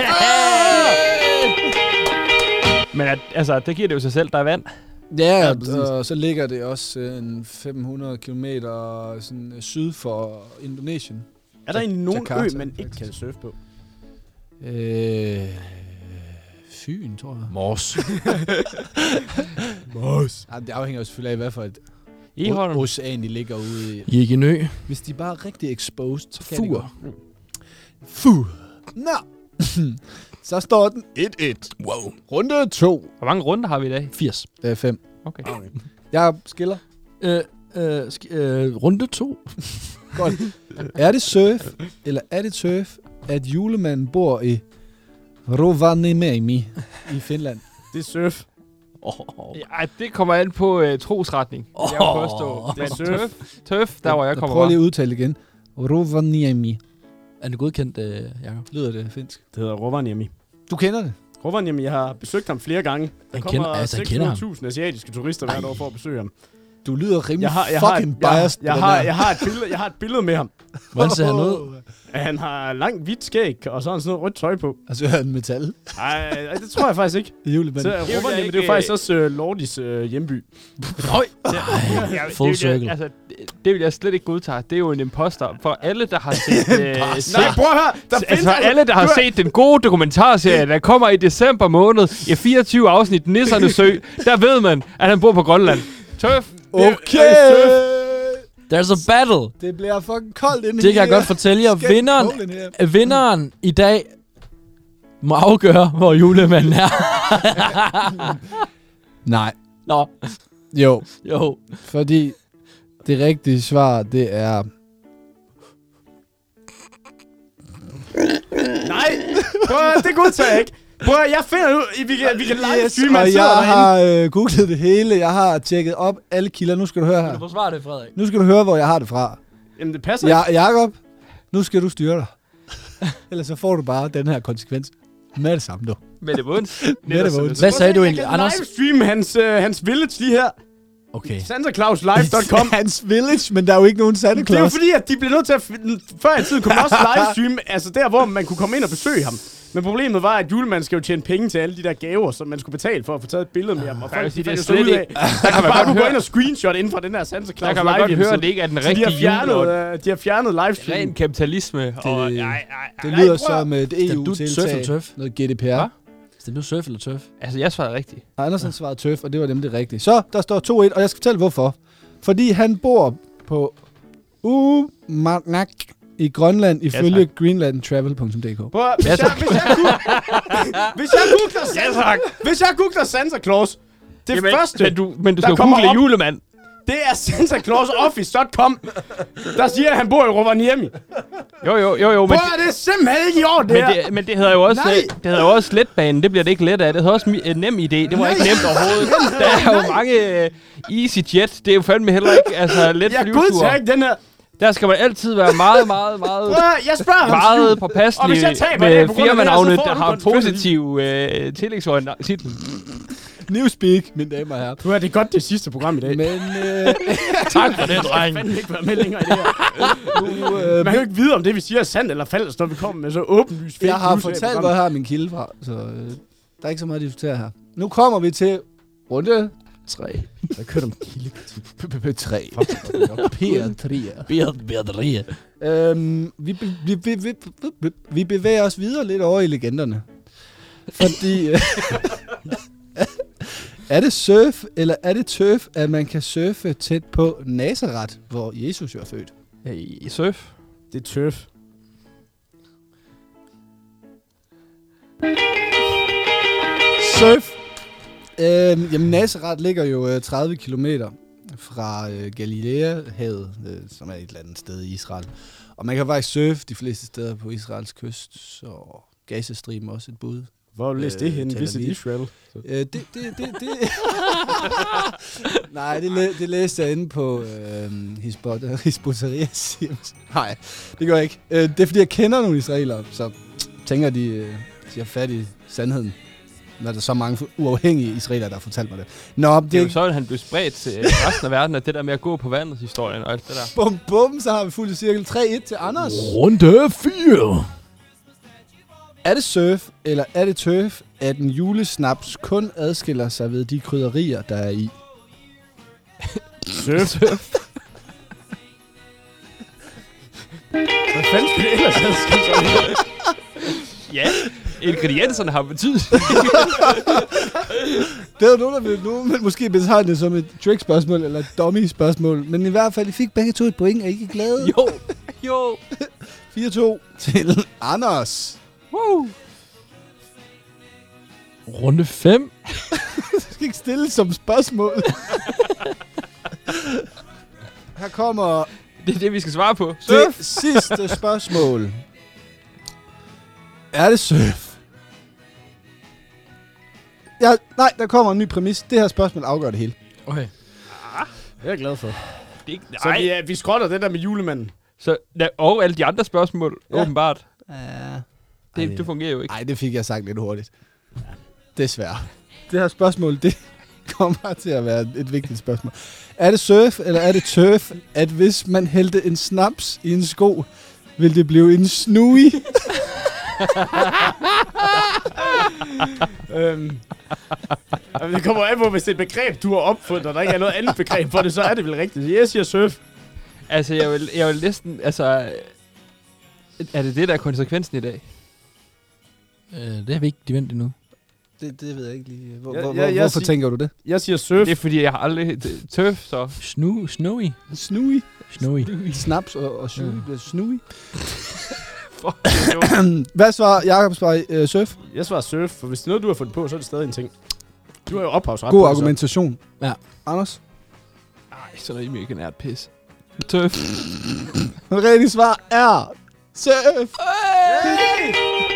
Men det giver det jo sig selv, der er vand. Ja, og så ligger det også en 500 kilometer sådan syd for Indonesien. Er der egentlig nogen Jakarta, ø, man ikke kan surfe på? Fyn, tror jeg. Mors. Mors. Ja, det afhænger jo selvfølgelig af, hvad for et ocean de ligger ude i. Jegenø. Hvis de bare er rigtig exposed, så kan Fur. Fur. Nå. Så står den 1-1. Wow. Runde 2. Hvor mange runder har vi i dag? 80. 5. Okay. Jeg skiller. Runde 2. Godt. Er det surf, eller er det surf, at julemanden bor i Rovaniemi i Finland? Det er surf. Ja, det kommer an på trosretning. Jeg påstå. Det er tøf, der hvor jeg kommer fra. Prøv lige at udtale igen. Rovaniemi. Er det godkendt, Jacob? Lyder det finsk? Det hedder Rovaniemi. Du kender det? Rovaniemi, jeg har besøgt ham flere gange. Der kommer 600.000 asiatiske turister hvert år for at besøge ham. Du lyder rimelig fucking biased. Jeg har et billede med ham. Hvordan ser han ud? Han har langt hvidt skæg, og så har han sådan noget rødt tøj på. Altså, er han metal? Nej, det tror jeg faktisk ikke. Julemanden. Rovaniemi, det er jo faktisk også Lordis hjemby. Høj! Full circle. Altså, det vil jeg slet ikke godtage. Det er jo en imposter. For alle, der har set... Nej, prøv at høre! Alle, der har set den gode dokumentarserie, der kommer i december måned, i 24 afsnit, Nissernes Sø, der ved man, at han bor på Grønland. Tøf! Okay! There's a battle. Det bliver fucking koldt inde. Det kan jeg godt fortælle jer. Vinderen i dag må afgøre, hvor julemanden er. Nej. Nå. Jo. Fordi det rigtige svar, det er... Nej! Prøv at, det godtager jeg ikke. Prøv at, jeg finder ud, vi kan livestreame, og jeg har googlet det hele. Jeg har tjekket op alle kilder. Nu skal du høre her. Kan du forsvare det, Frederik? Nu skal du høre, hvor jeg har det fra. Jamen, det passer ikke. Jakob, nu skal du styre dig. Ellers så får du bare den her konsekvens med det samme, du. Med det vunds. Hvad sagde du egentlig, Anders? Jeg kan livestreame hans village lige her. Okay. SantaClausLive.com. Hans village, men der er jo ikke nogen Santa Claus. Det er jo fordi, at de blev nødt til at... Før i tiden kunne man også livestream, altså der, hvor man kunne komme ind og besøge ham. Men problemet var, at julemanden skal jo tjene penge til alle de der gaver, som man skulle betale for at få taget et billede med ham. Og folk det er slet ikke... Der kan man bare gå ind og screenshot inden for den her Santa Claus Live. Der kan man godt høre, at det ikke er den rigtige jule. De har fjernet livestream. Ren kapitalisme. Det lyder som et EU-tiltag. Noget GDPR. Stemte du surf eller tøf? Altså, jeg svarede rigtigt. Andersen svarede tøf, og det var nemlig rigtigt. Så, der står 2-1, og jeg skal fortælle hvorfor. Fordi han bor på Uummannaq i Grønland ifølge greenlandtravel.dk. Hvis jeg googler Santa Claus, men du skal google julemand. Det er SantaClausOffice.com. Der siger, at han bor i Rovaniemi. Jo, men det er simpelthen ikke i orden, det her. Men det hedder jo også, det hedder jo også letbanen. Det bliver det ikke let af. Det hedder også nem idé. Det var ikke nemt overhovedet. Der er jo mange EasyJet. Det er jo fandme heller ikke let flyveture. Jeg godtager ikke den her. Der skal man altid være meget påpasselig med firmanavnet, der har positiv tillægsordentitel. Newspeak, mine damer og herrer. Du er det godt det sidste program i dag. Men tak for det, dreng. Jeg kan ikke være med længere i det her. Man kan jo ikke vide, om det vi siger er sandt eller falsk, når vi kommer med så åbenlyst fake. Jeg har fortalt, hvor jeg har min kilde fra, så der er ikke så meget at diskutere her. Nu kommer vi til runde 3. Der kører om kildekritik. P3. Vi bevæger os videre lidt over i legenderne. Fordi... er det surf, eller er det tøf, at man kan surfe tæt på Nazaret, hvor Jesus er født? Surf. Det er tøf. Surf. Jamen, Nazaret ligger jo 30 kilometer fra Galilea-havet, som er et eller andet sted i Israel. Og man kan faktisk surfe de fleste steder på Israels kyst, så Gazastriben er også et bud. Hvor læste det henne? Visit Israel? Nej, det læste jeg inde på Hizbut-Tahrir. Nej, det gør jeg ikke. Det er fordi, jeg kender nogle israelere, så tænker de har fat i sandheden. Når der er så mange uafhængige israelere, der har fortalt mig det. Nå, det er jo så, at han blev spredt til resten af verden, at det der med at gå på vandet historien og alt det der. Bum, så har vi fuldt cirkel 3-1 til Anders. Runde 4. Er det surf, eller er det tøf, at en julesnaps kun adskiller sig ved de krydderier, der er i? Surf. Hvad fanden skal det ellers adskille sig? Ja, ingredienserne har betydning. Det er jo nogen, der vil måske betegne det som et trick-spørgsmål eller et dummy-spørgsmål. Men i hvert fald, I fik begge to et point. Er I ikke glade? Jo. 4-2 til Anders. Woo. Runde 5. Det skal ikke stille som spørgsmål. Her kommer... Det er det, vi skal svare på. Surf. Det sidste spørgsmål. Er det surf? Ja, nej, der kommer en ny præmis. Det her spørgsmål afgør det hele. Okay. Det er jeg glad for. Det, så vi skrotter det der med julemanden. Så, og alle de andre spørgsmål, åbenbart. Ja. Det fungerer jo ikke. Nej, det fik jeg sagt lidt hurtigt. Ja. Desværre. Det her spørgsmål, det kommer til at være et vigtigt spørgsmål. Er det surf, eller er det tøf, at hvis man hældte en snaps i en sko, vil det blive en snui? Det kommer an på, hvis det er et begreb, du har opfundet, og der ikke er noget andet begreb for det, så er det vel rigtigt. Jeg siger surf. Altså, jeg vil næsten, altså... Er det der er konsekvensen i dag? Det har vi ikke vendt endnu. Det ved jeg ikke lige. Hvorfor tænker du det? Jeg siger surf. Det er fordi, jeg har aldrig... Tøf, så... Snowy. Snaps og snui. Hvad svarer Jakob? Svarer surf? Jeg svarer surf, for hvis det er noget, du har fundet på, så er det stadig en ting. Du har jo ophavsret. God argumentation. Ja. Anders? Ej, så er det ikke nært pis. Tøf. Det rigtige svar er surf. Hey!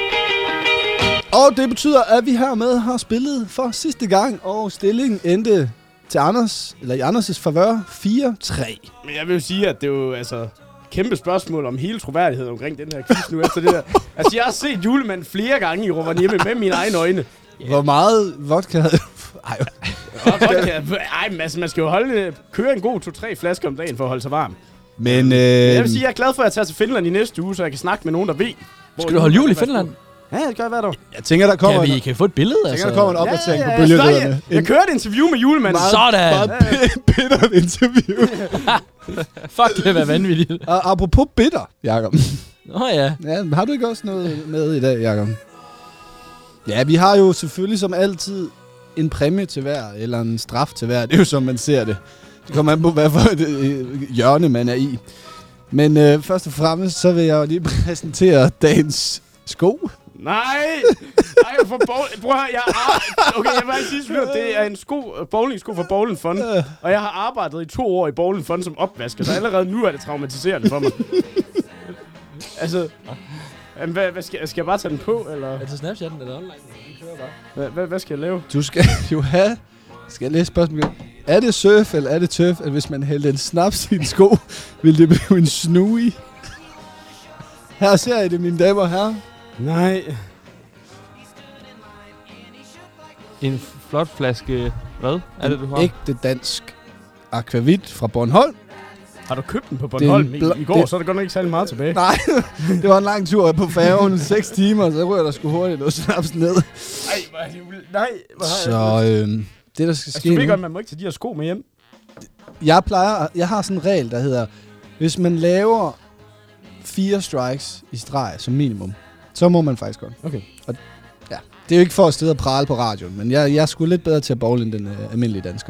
Og det betyder, at vi hermed har spillet for sidste gang, og stillingen endte til Anders, eller i Anders' favør, 4-3. Men jeg vil jo sige, at det er jo altså kæmpe spørgsmål om hele troværdigheden omkring den her quiz nu efter det der. Altså, jeg har set julemanden flere gange i Rovaniemi med mine egne øjne. Yeah. Hvor meget vodka havde du? Men altså, man skal jo køre en god 2-3 flasker om dagen for at holde sig varm. Men jeg vil sige, jeg er glad for, at jeg tager til Finland i næste uge, så jeg kan snakke med nogen, der ved. Skal du holde jul i Finland? Ja, det gør jeg hvert år. Jeg tænker, der kommer... Ja, vi kan få et billede, altså. Jeg tænker, der kommer en opdatering på bølgelederne. Jeg kørte et interview med julemanden. Sådan! Bittert interview. Fuck, det var vanvittigt. Og apropos bitter, Jakob. Nå ja. Ja, har du ikke også noget med i dag, Jakob? Ja, vi har jo selvfølgelig som altid en præmie til hver, eller en straf til hver. Det er jo som man ser det. Det kommer an på, hvad for et hjørne man er i. Men først og fremmest, så vil jeg lige præsentere dagens sko. Nej, for prøv at høre, okay, jeg vil ikke sige, det er en bowling-sko fra Bowling Fun, og jeg har arbejdet i 2 år i Bowling Fun som opvasker, så allerede nu er det traumatiserende for mig. Altså, hvad skal jeg bare tage den på, eller? Er det Snapchatten eller online? Den kører bare. Hvad skal jeg lave? Du skal jo have... Skal jeg læse spørgsmålet? Er det surf, eller er det tøf, at hvis man hældte en snaps i en sko, ville det blive en snooey? Her ser I det, mine damer og herrer. Nej. En flot flaske... Hvad er det, du har? Ægte dansk akvavit fra Bornholm. Har du købt den på Bornholm i går, så er der godt nok ikke særlig meget tilbage. Nej, det var en lang tur på færgen, 6 timer, så rører der sgu hurtigt noget snaps ned. Nej, så det, der skal ske du ved nu... godt, man må ikke tage de her sko med hjem. Jeg har sådan en regel, der hedder, hvis man laver 4 strikes i streg som minimum, så må man faktisk godt. Okay. Og, ja, det er jo ikke for at sidde og prale på radioen, men jeg er sgu lidt bedre til at bowle end den almindelige dansker.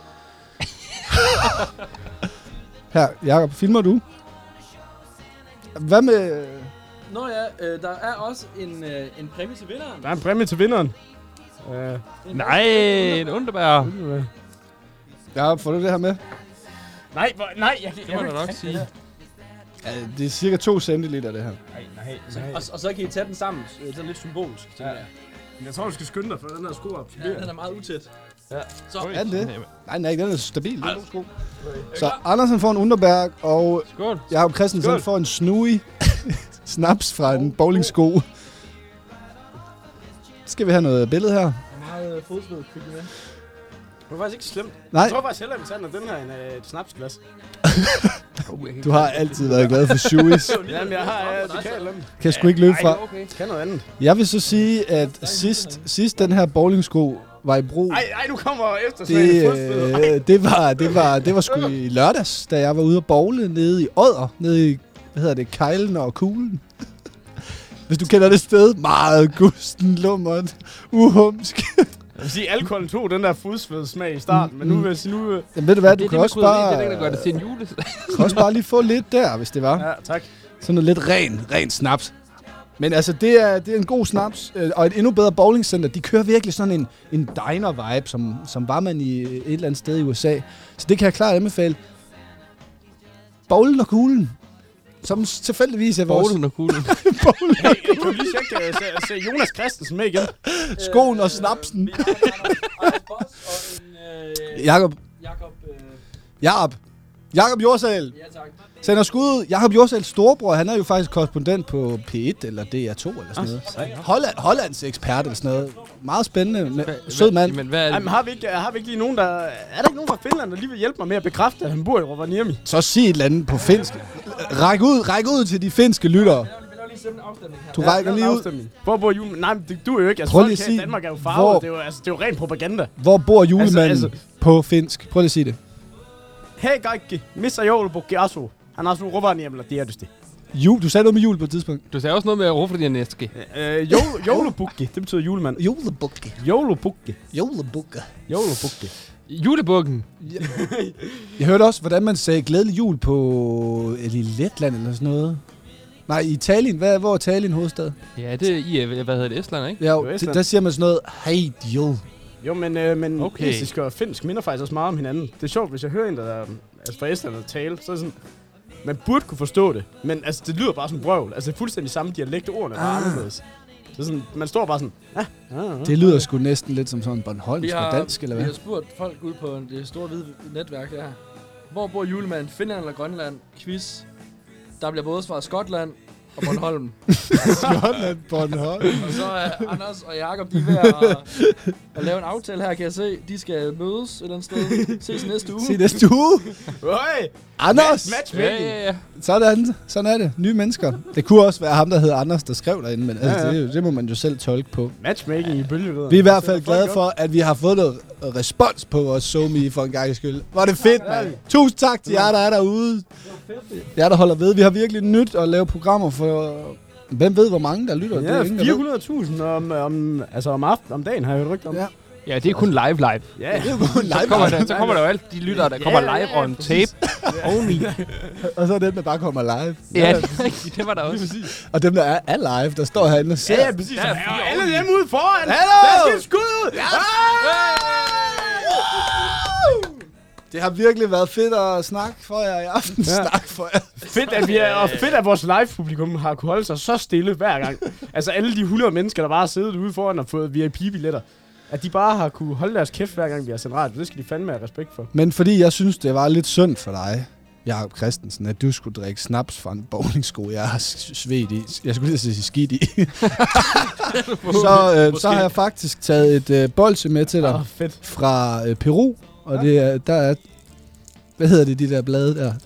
Her, Jakob, filmer du? Hvad med... Nå ja, der er også en præmie til vinderen. Der er en præmie til vinderen. Nej, en underbær. Ja, får du det her med? Nej, jeg må da nok sige. Ja, det er cirka 2 centiliter, det her. Nej. Og så kan I tage den sammen, sådan lidt symbolsk. Ja. Jeg tror, du skal skynde dig, for den her sko er Ja, den er meget utæt. Ja. Så er det? Nej, den er stabil. Det er god sko. Så Andersen får en Underberg, og Jakob Christensen får en snooey snaps fra en bowlingsko. Skal vi have noget billede her? Meget fodsved kigge med. Det var faktisk ikke slemt. Nej. Jeg tror faktisk hellere, vi tager den her end et snapsglas. Du har altid været glad for shoeies. Jamen, jeg har det kan jeg kan sgu ikke løbe fra. Nej, okay. Kan noget andet. Jeg vil så sige, at sidst den her bowlingsko var i brug. Ej, nu kommer efterslaget. Det var sgu i lørdags, da jeg var ude at bowle nede i Odder, nede i, Kejlen og Kuglen. Hvis du kender det sted, meget gusten, lummert, uhumsk. Jeg vil sige, alkoholen tog den der fodsvedsmag i starten, men nu vil jeg sige nu... Jamen ved du hvad, du kan også bare... Det gør det til en jule. kan også bare lige få lidt der, hvis det var. Ja, tak. Sådan noget lidt ren snaps. Men altså, det er en god snaps, og et endnu bedre bowlingcenter. De kører virkelig sådan en diner-vibe, som var man i et eller andet sted i USA. Så det kan jeg klart anbefale. Bowlen og Kuglen. Som tilfældigvis er vores... Bowlen og Kuglen. Hey, kan du lige tjekke Jonas Christensen med igen? Skoen og snapsen. Jakob Jorsal. Ja, tak. Sender skud. Jakob Jorsals storebror, han er jo faktisk korrespondent på P1 eller DR2 eller sådan noget. Hollands ekspert eller sådan noget. Meget spændende. Sød mand. Men har vi ikke lige nogen, der... Er der ikke nogen fra Finland, der lige vil hjælpe mig med at bekræfte, at han bor i Rovaniemi? Så sig et eller andet på finsk. Ræk ud til de finske lyttere. Du rækker lige ud. Hvor bor julemanden? Nej, du er jo ikke. Altså, folk her i Danmark er jo farvet. Det er jo ren propaganda. Hvor bor julemanden på finsk? Prøv lige at sige det. Hei kaikki, missä joulupukki asuu? Han asuu Rovaniemellä tietysti. Du sagde noget med jul på et tidspunkt. Du sagde også noget med Rovaniemski. Joulupukki, det betyder julemand. Joulupukki. Julebukken. Jeg hørte også, hvordan man sagde glædelig jul på i Letland eller sådan noget. Nej, i Italien. Hvor er Italien hovedstad? Ja, det er i, hvad hedder det, Estland, ikke? Ja, der siger man sådan noget, hej jul. Jo, men okay. Estisk og finsk minder faktisk også meget om hinanden. Det er sjovt, hvis jeg hører en, der er fra Estland og tale, så er det sådan... Man burde kunne forstå det, men altså, det lyder bare som brøvl. Altså, det er fuldstændig samme dialekt, ordene er bare anderledes. Så sådan, man står bare sådan... Det lyder sgu næsten lidt som sådan bornholmsk og dansk, eller hvad? Vi har spurgt folk ud på det store hvide netværk her. Hvor bor julemanden? Finland eller Grønland? Quiz. Der bliver både svaret Skotland og Bornholm. Skotland, Bornholm. Og så er Anders og Jakob, de er ved at lave en aftale her, kan jeg se. De skal mødes et eller andet sted. Ses næste uge. Se næste uge. Anders! Matchmaking. Ja. Sådan er det. Nye mennesker. Det kunne også være ham, der hedder Anders, der skrev derinde, men altså, det må man jo selv tolke på. Matchmaking i bølgevidere. Vi er i hvert fald glade for, at vi har fået noget respons på vores SoMe for en gang skyld. Hvor det fedt, mand. Tusind tak til jer, der er derude. Jer, der holder ved. Vi har virkelig nyt at lave programmer for... Hvem ved, hvor mange der lytter? Ja, 400.000 om dagen, har jeg hørt rygter om. Ja. Ja, det er kun live. Ja, det er jo kun live. Så kommer der jo alt de lyttere, der kommer live on tape oveni. Og så er dem, der bare kommer live. Ja, det var der også. Og dem, der er live, der står herinde og ser. Ja, præcis. Alle dem ude foran. Hallo! Der skal skud ud. Ja. Det har virkelig været fedt at snakke for jer i aften. Ja. Snak for jer. Fedt, at vores live-publikum har kunne holde sig så stille hver gang. Altså alle de 100 mennesker, der bare har siddet ude foran og fået VIP-billetter. At de bare har kunne holde deres kæft, hver gang vi har sendt radio. Det skal de fandme have respekt for. Men fordi jeg synes, det var lidt synd for dig, Jakob Christensen, at du skulle drikke snaps fra en bowlingsko, jeg har svedt i. Jeg skulle lige sige skidt i. Så har jeg faktisk taget et bolsje med til dig fra Peru. Og det er, der er... Hvad hedder det, de der blade der?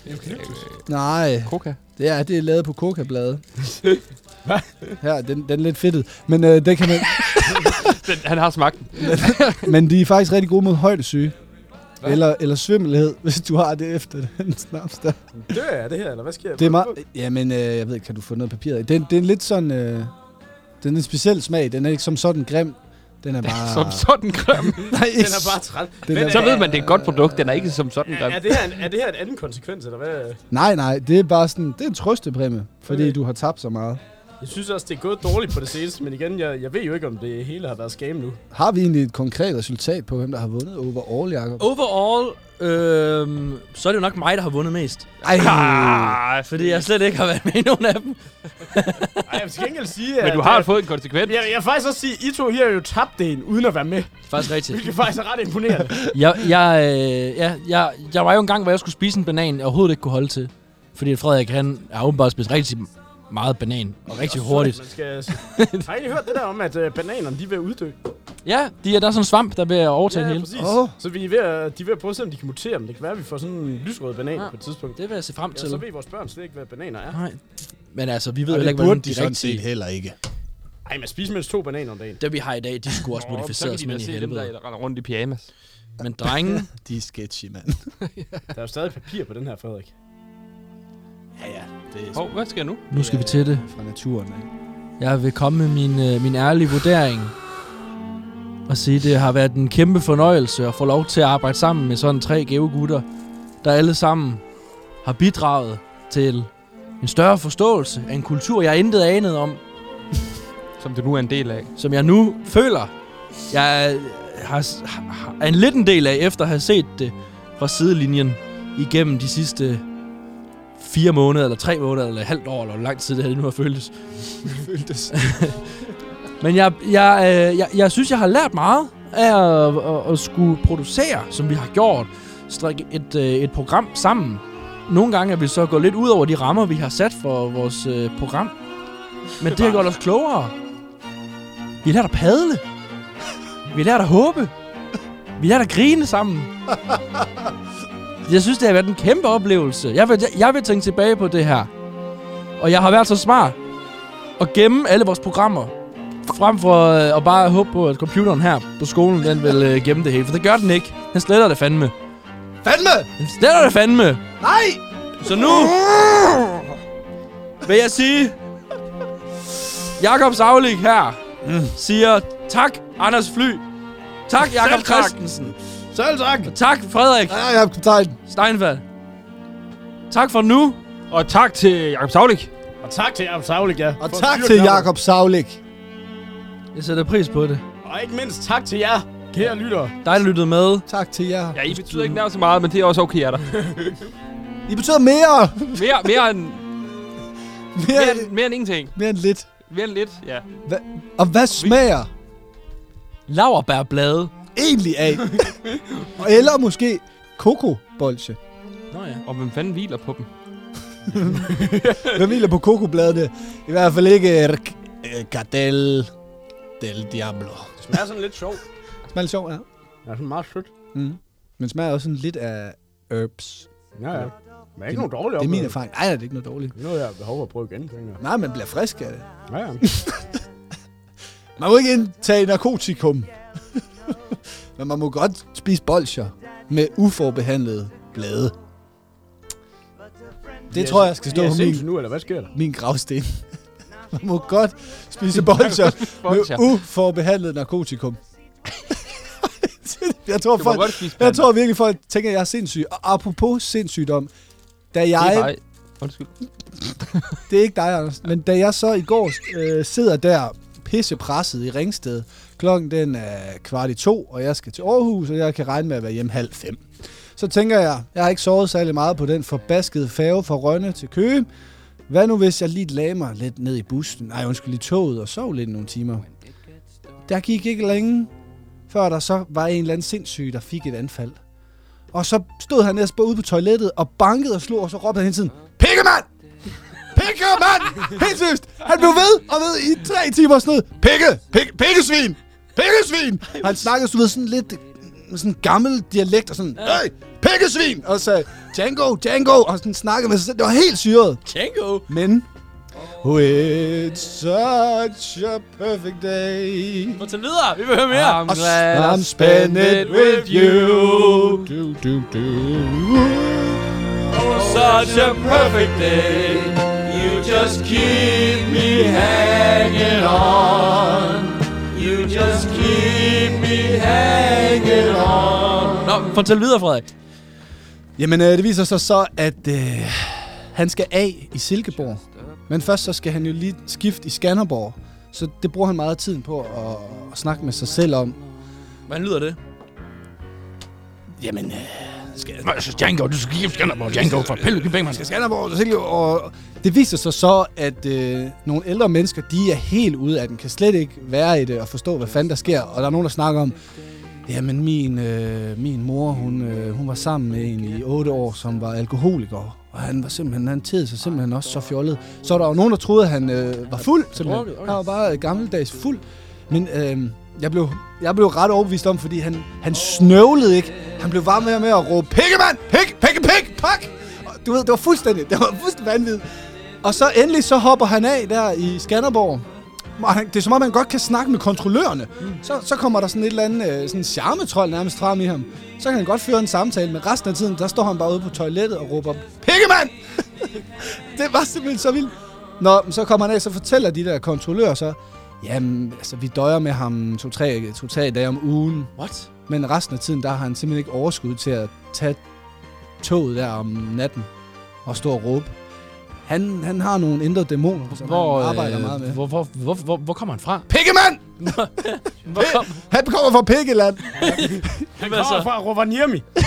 Nej. Coca. Det er lavet på coca-blade. Hvad? Her, den er lidt fedtet. Men det kan man... Han har smagt den. Men de er faktisk rigtig gode mod højdesyge. Eller svimmelhed, hvis du har det efter den snaps der. Dør jeg det her, eller hvad sker der? Det er meget... Jamen, jeg ved, kan du få noget papir? Det er en lidt sådan... den er en speciel smag. Den er ikke som sådan grim. Den er bare... Som sådan grim? Nej, den er bare træt. Så ved man, det er et godt produkt. Den er ikke som sådan grim. Er det her en anden konsekvens, eller hvad? Nej. Det er bare sådan... Det er en trøstepræmie, fordi du har tabt så meget. Jeg synes også, det er gået dårligt på det seneste, men igen, jeg ved jo ikke, om det hele har været scam nu. Har vi egentlig et konkret resultat på, hvem der har vundet overall, Jacob? Overall, så er det jo nok mig, der har vundet mest. Fordi jeg slet ikke har været med i nogen af dem. Jeg vil til gengæld sige, men du har fået en konsekvens. Jeg vil faktisk også sige, I to her har jo tabt det uden at være med. Faktisk rigtigt. Hvilket faktisk er ret imponerende. Jeg var jo en gang, hvor jeg skulle spise en banan, jeg overhovedet ikke kunne holde til. Fordi Frederik, han har åbenbart spist rigtig meget banan, og rigtig hurtigt. Har I ikke hørt det der om, at bananerne, de er ved at uddø? Ja, der er sådan en svamp, der er ved at overtage hele. Præcis. Så de er ved at prøve at se, om de kan mutere dem. Det kan være, at vi får sådan en lysrød banan på et tidspunkt. Det vil jeg se frem til. Så ved vores børn slet ikke, hvad bananer er. Nej. Men altså, vi ved jo ikke, hvordan de sådan set heller ikke. Ej, man spiser mindst 2 bananer om dagen. Det vi har i dag, de skulle også modificeres med i helvede. Dem, der render rundt i pyjamas. Men drenge... de er sketchy, mand. Der er jo stadig papir på den her, Frederik. Ja. Det er hvad sker nu? Nu skal vi til det. Fra naturen, ikke? Jeg vil komme med min ærlige vurdering. Og sige, det har været en kæmpe fornøjelse at få lov til at arbejde sammen med sådan 3 gævegutter, der alle sammen har bidraget til en større forståelse af en kultur, jeg intet anede om. Som du nu er en del af. Som jeg nu føler, jeg er en lidt en del af, efter at have set det fra sidelinjen igennem de sidste 4 måneder, eller 3 måneder, eller et halvt år, eller hvor lang tid det her nu har føltes. Men jeg synes, jeg har lært meget af at skulle producere, som vi har gjort. Strikke et program sammen. Nogle gange er vi så gået lidt ud over de rammer, vi har sat for vores program. Men det har gjort os klogere. Vi har lært at padle. Vi har lært at håbe. Vi har lært at grine sammen. Jeg synes, det har været en kæmpe oplevelse. Jeg vil tænke tilbage på det her. Og jeg har været så smart at gemme alle vores programmer, frem for at bare håbe på, at computeren her på skolen, den vil gemme det hele. For det gør den ikke. Den sletter det fandme. Den sletter det fandme! Nej! Så nu vil jeg sige, Jakob Saulik her siger tak, Anders Fly. Tak, Jakob Christensen. Selv tak. Og tak, Frederik. Ja, kaptajn Steinfeld. Tak for nu. Og tak til Jakob Saulik. Og tak til Jakob Saulik, ja. Og tak til Jakob Saulik. Jeg sætter pris på det. Og ikke mindst tak til jer, kære lyttere. Dig, der lyttede med. Tak til jer. Ja, I betyder ikke nær så meget, men det er også okay, er der. I betyder mere. Mere end ingenting. Mere end lidt. Mere end lidt, ja. Og hvad smager laurbærblade egentlig af? Eller måske kokobolsje. Nå ja. Og hvem fanden hviler på dem? Hvem hviler på kokobladene? I hvert fald ikke Gardel del Diablo. Det smager sådan lidt sjovt. Det smager lidt sjovt, ja. Det er sådan meget sødt. Men smager også sådan lidt af herbs. Ja. Men er ikke noget dårligt. Det er min erfaring. Nej, det er ikke noget dårligt. Nu har jeg behov for at prøve igen. Nej, man bliver frisk af det. Ja. Man må ikke indtage narkotikum. Men man må godt spise bolsjer med uforbehandlede blade. Det tror jeg skal stå på nu, eller hvad sker der? Min gravsten. Man må godt spise bolsjer med uforbehandlet narkotikum. Jeg tror virkelig, folk tænker, at jeg er sindssyg. Og apropos sindssygdom, da jeg... Det er dig. Undskyld. Det er ikke dig, Anders. Men da jeg så i går sidder der pissepresset i Ringsted, klokken den er 1:15, og jeg skal til Aarhus, og jeg kan regne med at være hjemme 4:30. Så tænker jeg har ikke sovet særlig meget på den forbaskede færge fra Rønne til Køge. Hvad nu, hvis jeg lige lagde mig lidt ned i bussen, i toget og sov lidt nogle timer? Der gik ikke længe, før der så var en eller anden sindssyg, der fik et anfald. Og så stod han næsten ude på toilettet og bankede og slog, og så råbte han hele tiden, Pikkemand! Pikkemand! Helt seriøst! Han blev ved i 3 timer sådan noget. Pikkesvin! Pikkesvin! Han snakkede sådan lidt sådan gammel dialekt og sådan, hey, pikkesvin! Og så Django! Og sådan snakkede med sig selv. Det var helt syret. Django! Men it's such a perfect day. Fortæl videre, vi vil høre mere. I'm glad I'm spending it with you. Oh, such a perfect day. You just keep me hanging on. You just keep me hanging on. Nå, fortæl videre, Frederik. Jamen, det viser sig så, at han skal af i Silkeborg. Men først så skal han jo lige skifte i Skanderborg. Så det bruger han meget tiden på at snakke med sig selv om. Hvordan lyder det? Jamen, Django, du skal give Skanderborg. Django fra Pelle Bækman. Skal Skanderborg. Og det viser sig så, at nogle ældre mennesker, de er helt ude af den. Kan slet ikke være i det og forstå, hvad fanden der sker. Og der er nogen, der snakker om, jamen min mor, hun var sammen med en i 8 år, som var alkoholiker. Og han tedede sig simpelthen også så fjollet. Så var der jo nogen, der troede, at han var fuld. Simpelthen. Han var bare gammeldags fuld. Men jeg blev ret overbevist om, fordi han snøvlede ikke. Han blev bare med at råbe, Pikkemand! Pik! Pak! Du ved, det var fuldstændig vanvittigt. Og så endelig så hopper han af der i Skanderborg. Det er som om, man godt kan snakke med kontrollørerne. Så kommer der sådan et eller andet sådan charmetrol nærmest frem i ham. Så kan han godt føre en samtale, men resten af tiden, der står han bare ude på toilettet og råber, Pikkemand! Det var simpelthen så vildt. Nå, så kommer han af, så fortæller de der kontrollører så, jamen, altså, vi døjer med ham 2-3 dage om ugen. What? Men resten af tiden, der har han simpelthen ikke overskud til at tage toget der om natten og stå og råbe. Han har nogle indre dæmoner, som han arbejder meget med. Hvor kommer han fra? Pikkemand! Han kommer fra Pikkeland. Han kommer fra Rovaniemi. Det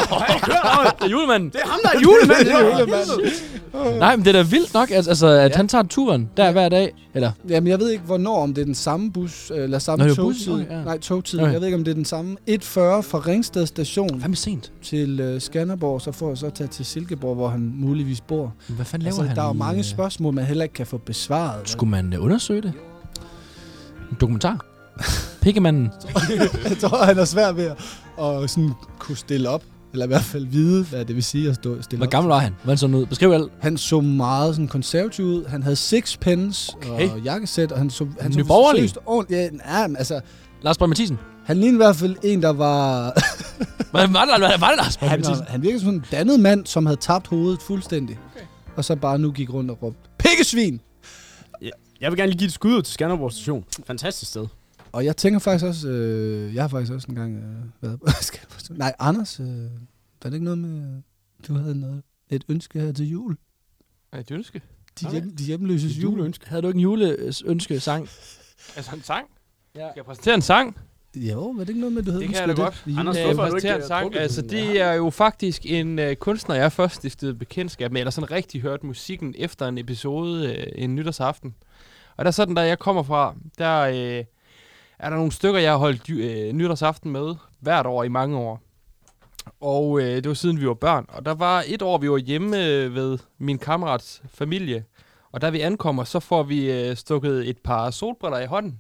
er julemanden. Det er ham, der er julemanden. Nej, men det er da vildt nok, at han tager turen der hver dag. Eller? Jamen, jeg ved ikke, hvornår, om det er den samme bus, eller samme togtid. Nej, togtid. Okay. Jeg ved ikke, om det er den samme. 1:40 fra Ringsted station. Hvad med sent? Til Skanderborg, så får jeg så tage til Silkeborg, hvor han muligvis bor. Men hvad fanden laver han? Der er jo mange spørgsmål, man heller ikke kan få besvaret. Skulle man undersøge det? En dokumentar? Pikkemanden. Jeg tror, han er svær ved at sådan kunne stille op. Eller i hvert fald vide, hvad det vil sige at stille op. Hvor gammel var han? Hvordan så han ud? Beskriv alt. Han så meget sådan konservativ ud. Han havde sixpence og jakkesæt, og han så nyborgerlig. Ja, altså... Lars Borg Mathisen. Han lignede i hvert fald en, der var... Hvad var det, Lars Borg Mathisen? Han virkede som en dannet mand, som havde tabt hovedet fuldstændig. Okay. Og så bare nu gik rundt og råbte, Pikkesvin! Jeg vil gerne lige give et skud ud til Skanderborg station. Fantastisk sted. Og jeg tænker faktisk også, jeg har faktisk også engang været på Skanderborg station. Nej, Anders, var det ikke noget med, du havde et ønske her til jul? Et ønske? De hjemløses juleønske. Havde du ikke en juleønske-sang? Altså en sang? Ja. Skal jeg præsentere en sang? Jo, var det ikke noget med, du havde ønsket det? Det kan jeg da godt. Anders, hvorfor præsentere en sang? Altså, det er jo faktisk en kunstner, jeg først stiftede bekendtskab med, eller sådan rigtig hørt musikken efter en episode en nytårsaften. Og der er sådan, der jeg kommer fra, der er der nogle stykker, jeg har holdt nytårsaften med hvert år i mange år. Og det var siden vi var børn. Og der var et år, vi var hjemme ved min kammerats familie. Og da vi ankommer, så får vi stukket et par solbriller i hånden.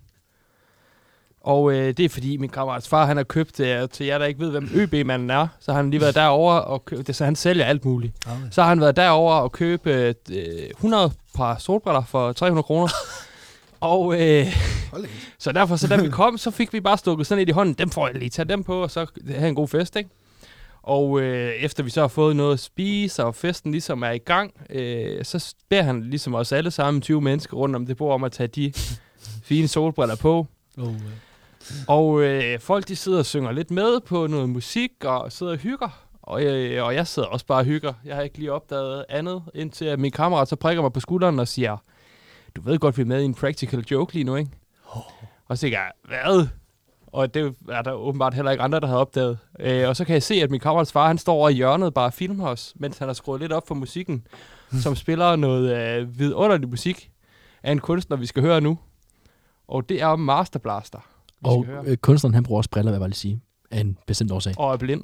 Og det er fordi min kammerats far, han har købt, til jer der ikke ved, hvem ØB-manden er, så har han lige været derover og købt, så han sælger alt muligt. Okay. Så har han været derover og købe 100 par solbriller for 300 kroner. Og så derfor, så da vi kom, så fik vi bare stukket sådan et i hånden. Dem får jeg lige, tage dem på, og så have en god fest, ikke? Og efter vi så har fået noget at spise, og festen ligesom er i gang, så beder han ligesom os alle sammen, 20 mennesker rundt om det bord, om at tage de fine solbriller på. Og folk, de sidder og synger lidt med på noget musik, og sidder og hygger. Og jeg sidder også bare og hygger. Jeg har ikke lige opdaget andet, indtil at min kammerat så prikker mig på skulderen og siger, du ved godt, vi er med i en practical joke lige nu, ikke? Og så tænker jeg, hvad? Og det er der åbenbart heller ikke andre, der havde opdaget. Og så kan jeg se, at min kammerats far, han står over i hjørnet bare og filmer os, mens han har skruet lidt op for musikken, som spiller noget vidunderlig musik af en kunstner, vi skal høre nu. Og det er Master Blaster. Og kunstneren, han bruger også briller, hvad jeg vil sige, af en bestemt årsag. Og er blind.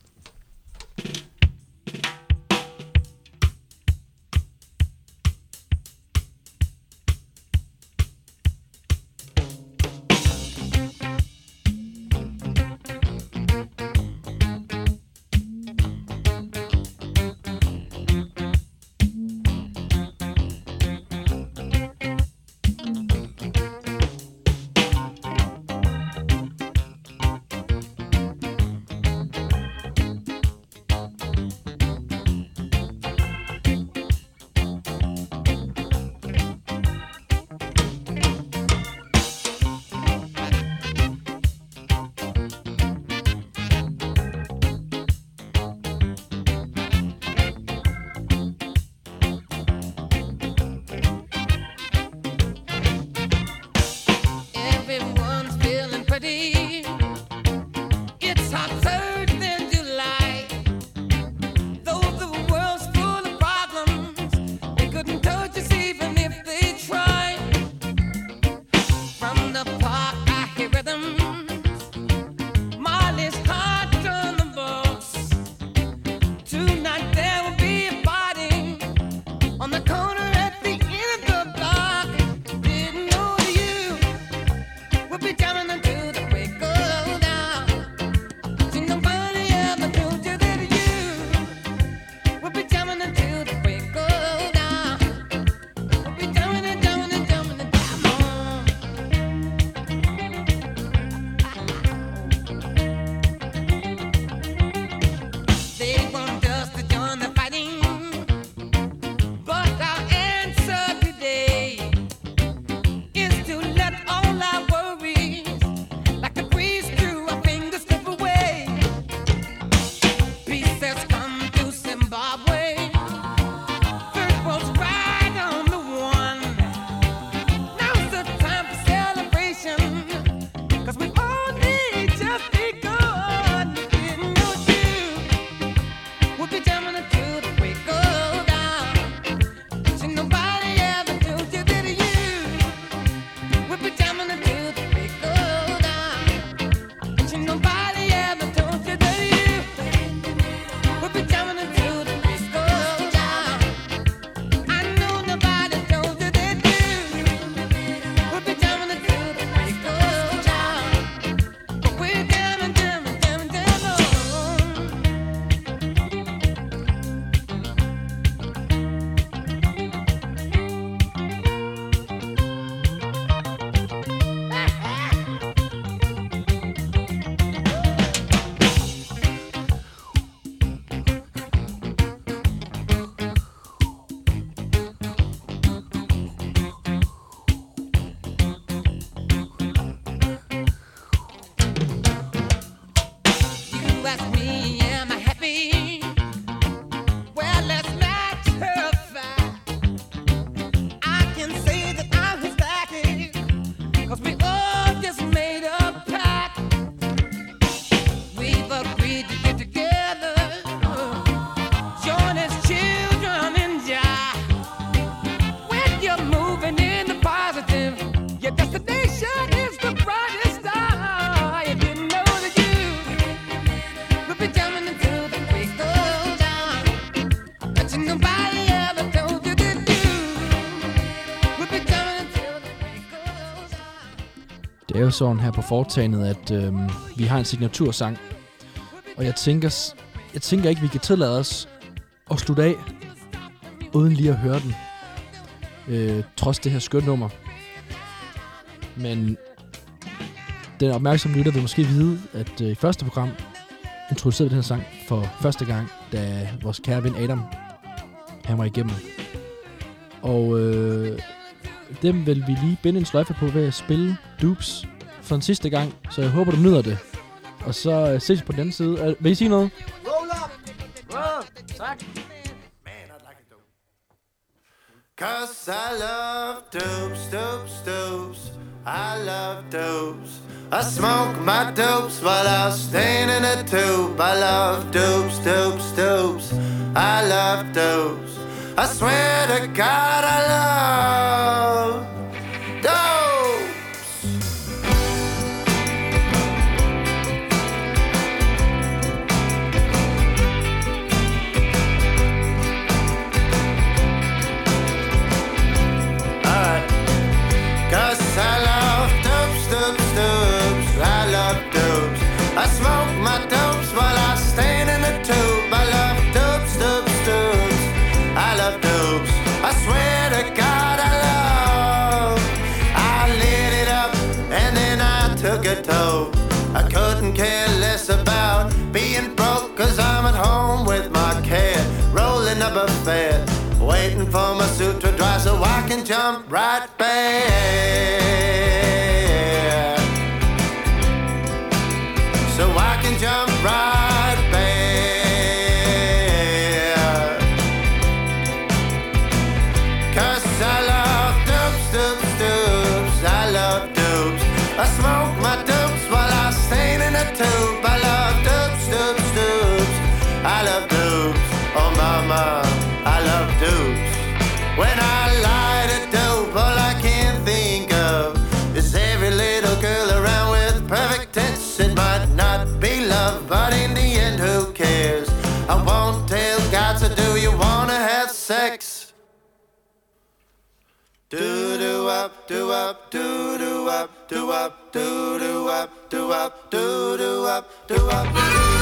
Det er jo sådan her på foretagendet, at vi har en signatursang. Og jeg tænker ikke, vi kan tillade os at slutte af, uden lige at høre den. Trods det her skønt nummer. Men den opmærksomme lytter vil måske vide, at i første program introducerede vi den her sang for første gang, da vores kære ven Adam, han var igennem. Og dem vil vi lige binde en sløjfe på ved at spille Dupes for en sidste gang, så jeg håber, du nyder det. Og så ses på den anden side. Vil I sige noget? Roll up! Tak! Cause I love dopes, dopes, dopes. I love dopes. I smoke my dopes while I stand in a tube. I love dopes, dopes, dopes. I love dopes. I swear to God I love dopes. Cause I love dopes, dopes, dopes. I love dopes. I smoke my dopes while I stand in the tube. I love dopes, dopes, dopes. I love dopes. I swear to God I love. I lit it up and then I took a toll. I couldn't care less about being broke, cause I'm at home with my cat, rolling up a fat, waiting for my suit to dry so I can jump right back. So I can jump right back. Cause I love dopes, dopes, dopes. I love dopes. I smoke my dopes while I stand in a tube. I love dopes, dopes, dopes. I love dopes. Oh mama, I love dopes. When I light a dope, all I can think of is every little girl around with perfect tits. It might not be love, but in the end, who cares? I won't tell God, so do you wanna have sex? Do do up, do up, do do up, do up, do do up, do up, do do up, do up.